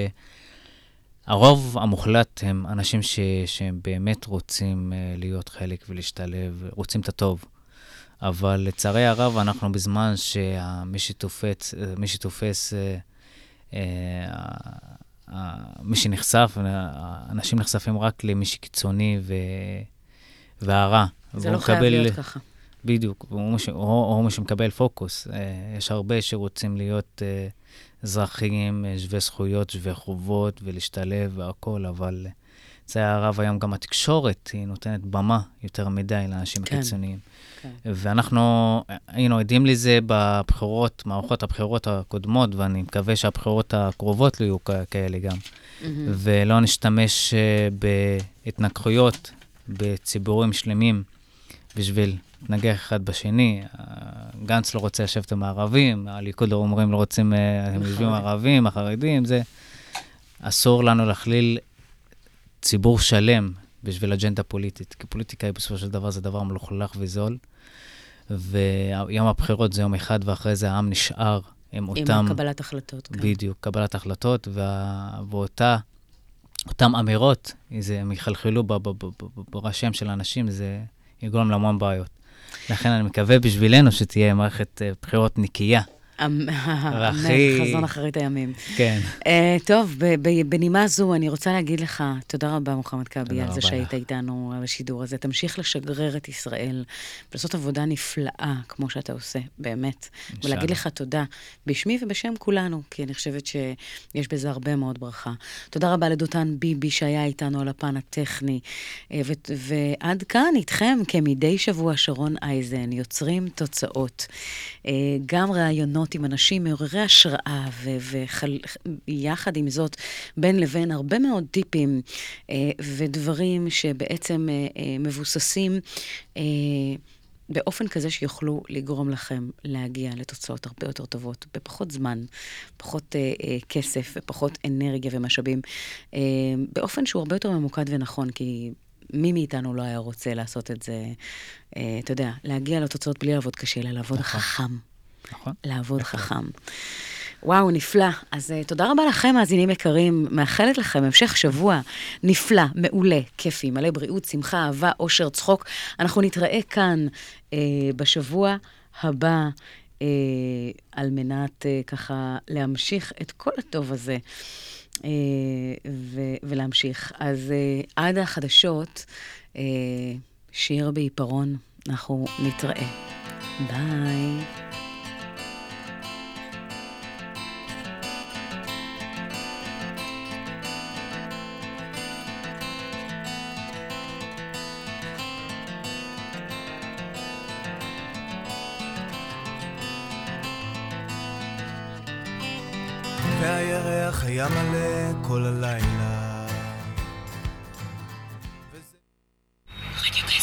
הרוב המוחלט הם אנשים ש, שהם באמת רוצים uh, להיות חלק ולהשתלב, רוצים את הטוב. אבל לצערי הרב, אנחנו בזמן שמי שתופס, מי שתופס, uh, uh, uh, מי שנחשף, אנשים נחשפים רק למי שקיצוני ו... והרע. זה לא חייב מקבל... להיות ככה. בדיוק, או, או, או מי שמקבל פוקוס. Uh, יש הרבה שרוצים להיות... Uh, אזרחים, שווה זכויות, שווה חובות, ולהשתלב והכל, אבל זה הרב היום גם התקשורת, היא נותנת במה יותר מדי לאנשים כן, הקיצוניים. כן. ואנחנו היינו עדים לזה בבחירות, מערכות הבחירות הקודמות, ואני מקווה שהבחירות הקרובות לא יהיו כאלה גם. Mm-hmm. ולא נשתמש בהתנגחויות בציבורים שלמים, בשביל להתנגח אחד בשני. גנץ לא רוצה לשבת עם הערבים, הליכוד לא אומרים לא רוצים, הם יושבים עם הערבים, החרדים, זה אסור לנו להכליל ציבור שלם בשביל אג'נדה פוליטית, כי פוליטיקה היא בסופו של דבר זה דבר מלוכלך וזול, ויום הבחירות זה יום אחד, ואחרי זה העם נשאר עם אותם... עם קבלת החלטות. בדיוק, קבלת החלטות, ואותה... אותם אמירות, הם יחלחלו בראשיהם של האנשים, זה יגרום להמון בעיות. לכן אני מקווה בשבילנו שתהיה מערכת בחירות נקייה. חזון אחרית הימים. כן. טוב, בנימה זו אני רוצה להגיד לך, תודה רבה מוחמד קאבי, על זה שהיית איתנו על השידור הזה. תמשיך לשגרר את ישראל, ולעשות עבודה נפלאה, כמו שאתה עושה, באמת. ולהגיד לך תודה, בשמי ובשם כולנו, כי אני חושבת שיש בזה הרבה מאוד ברכה. תודה רבה לדותן ביבי שהיה איתנו על הפן הטכני, ועד כאן איתכם, כמדי שבוע שרון אייזן, יוצרים תוצאות. גם רעיונות עם אנשים מעוררי השראה, ויחד עם זאת, בין לבין הרבה מאוד טיפים ודברים שבעצם מבוססים באופן כזה שיוכלו לגרום לכם להגיע לתוצאות הרבה יותר טובות, בפחות זמן, פחות כסף ופחות אנרגיה ומשאבים, באופן שהוא הרבה יותר ממוקד ונכון, כי מי מאיתנו לא היה רוצה לעשות את זה, אתה יודע, להגיע לתוצאות בלי לעבוד קשה, אלא לעבוד חכם. נכון. לעבוד חכם. וואו, נפלא. אז uh, תודה רבה לכם, מאזינים יקרים. מאחלת לכם המשך שבוע נפלא, מעולה, כיפי, מלא בריאות, שמחה, אהבה, אושר, צחוק. אנחנו נתראה כאן uh, בשבוע הבא, uh, על מנת uh, ככה להמשיך את כל הטוב הזה, uh, ו- ולהמשיך. אז uh, עד החדשות, uh, שיר בעיפרון, אנחנו נתראה. ביי. והירח היה מלא כל הלילה,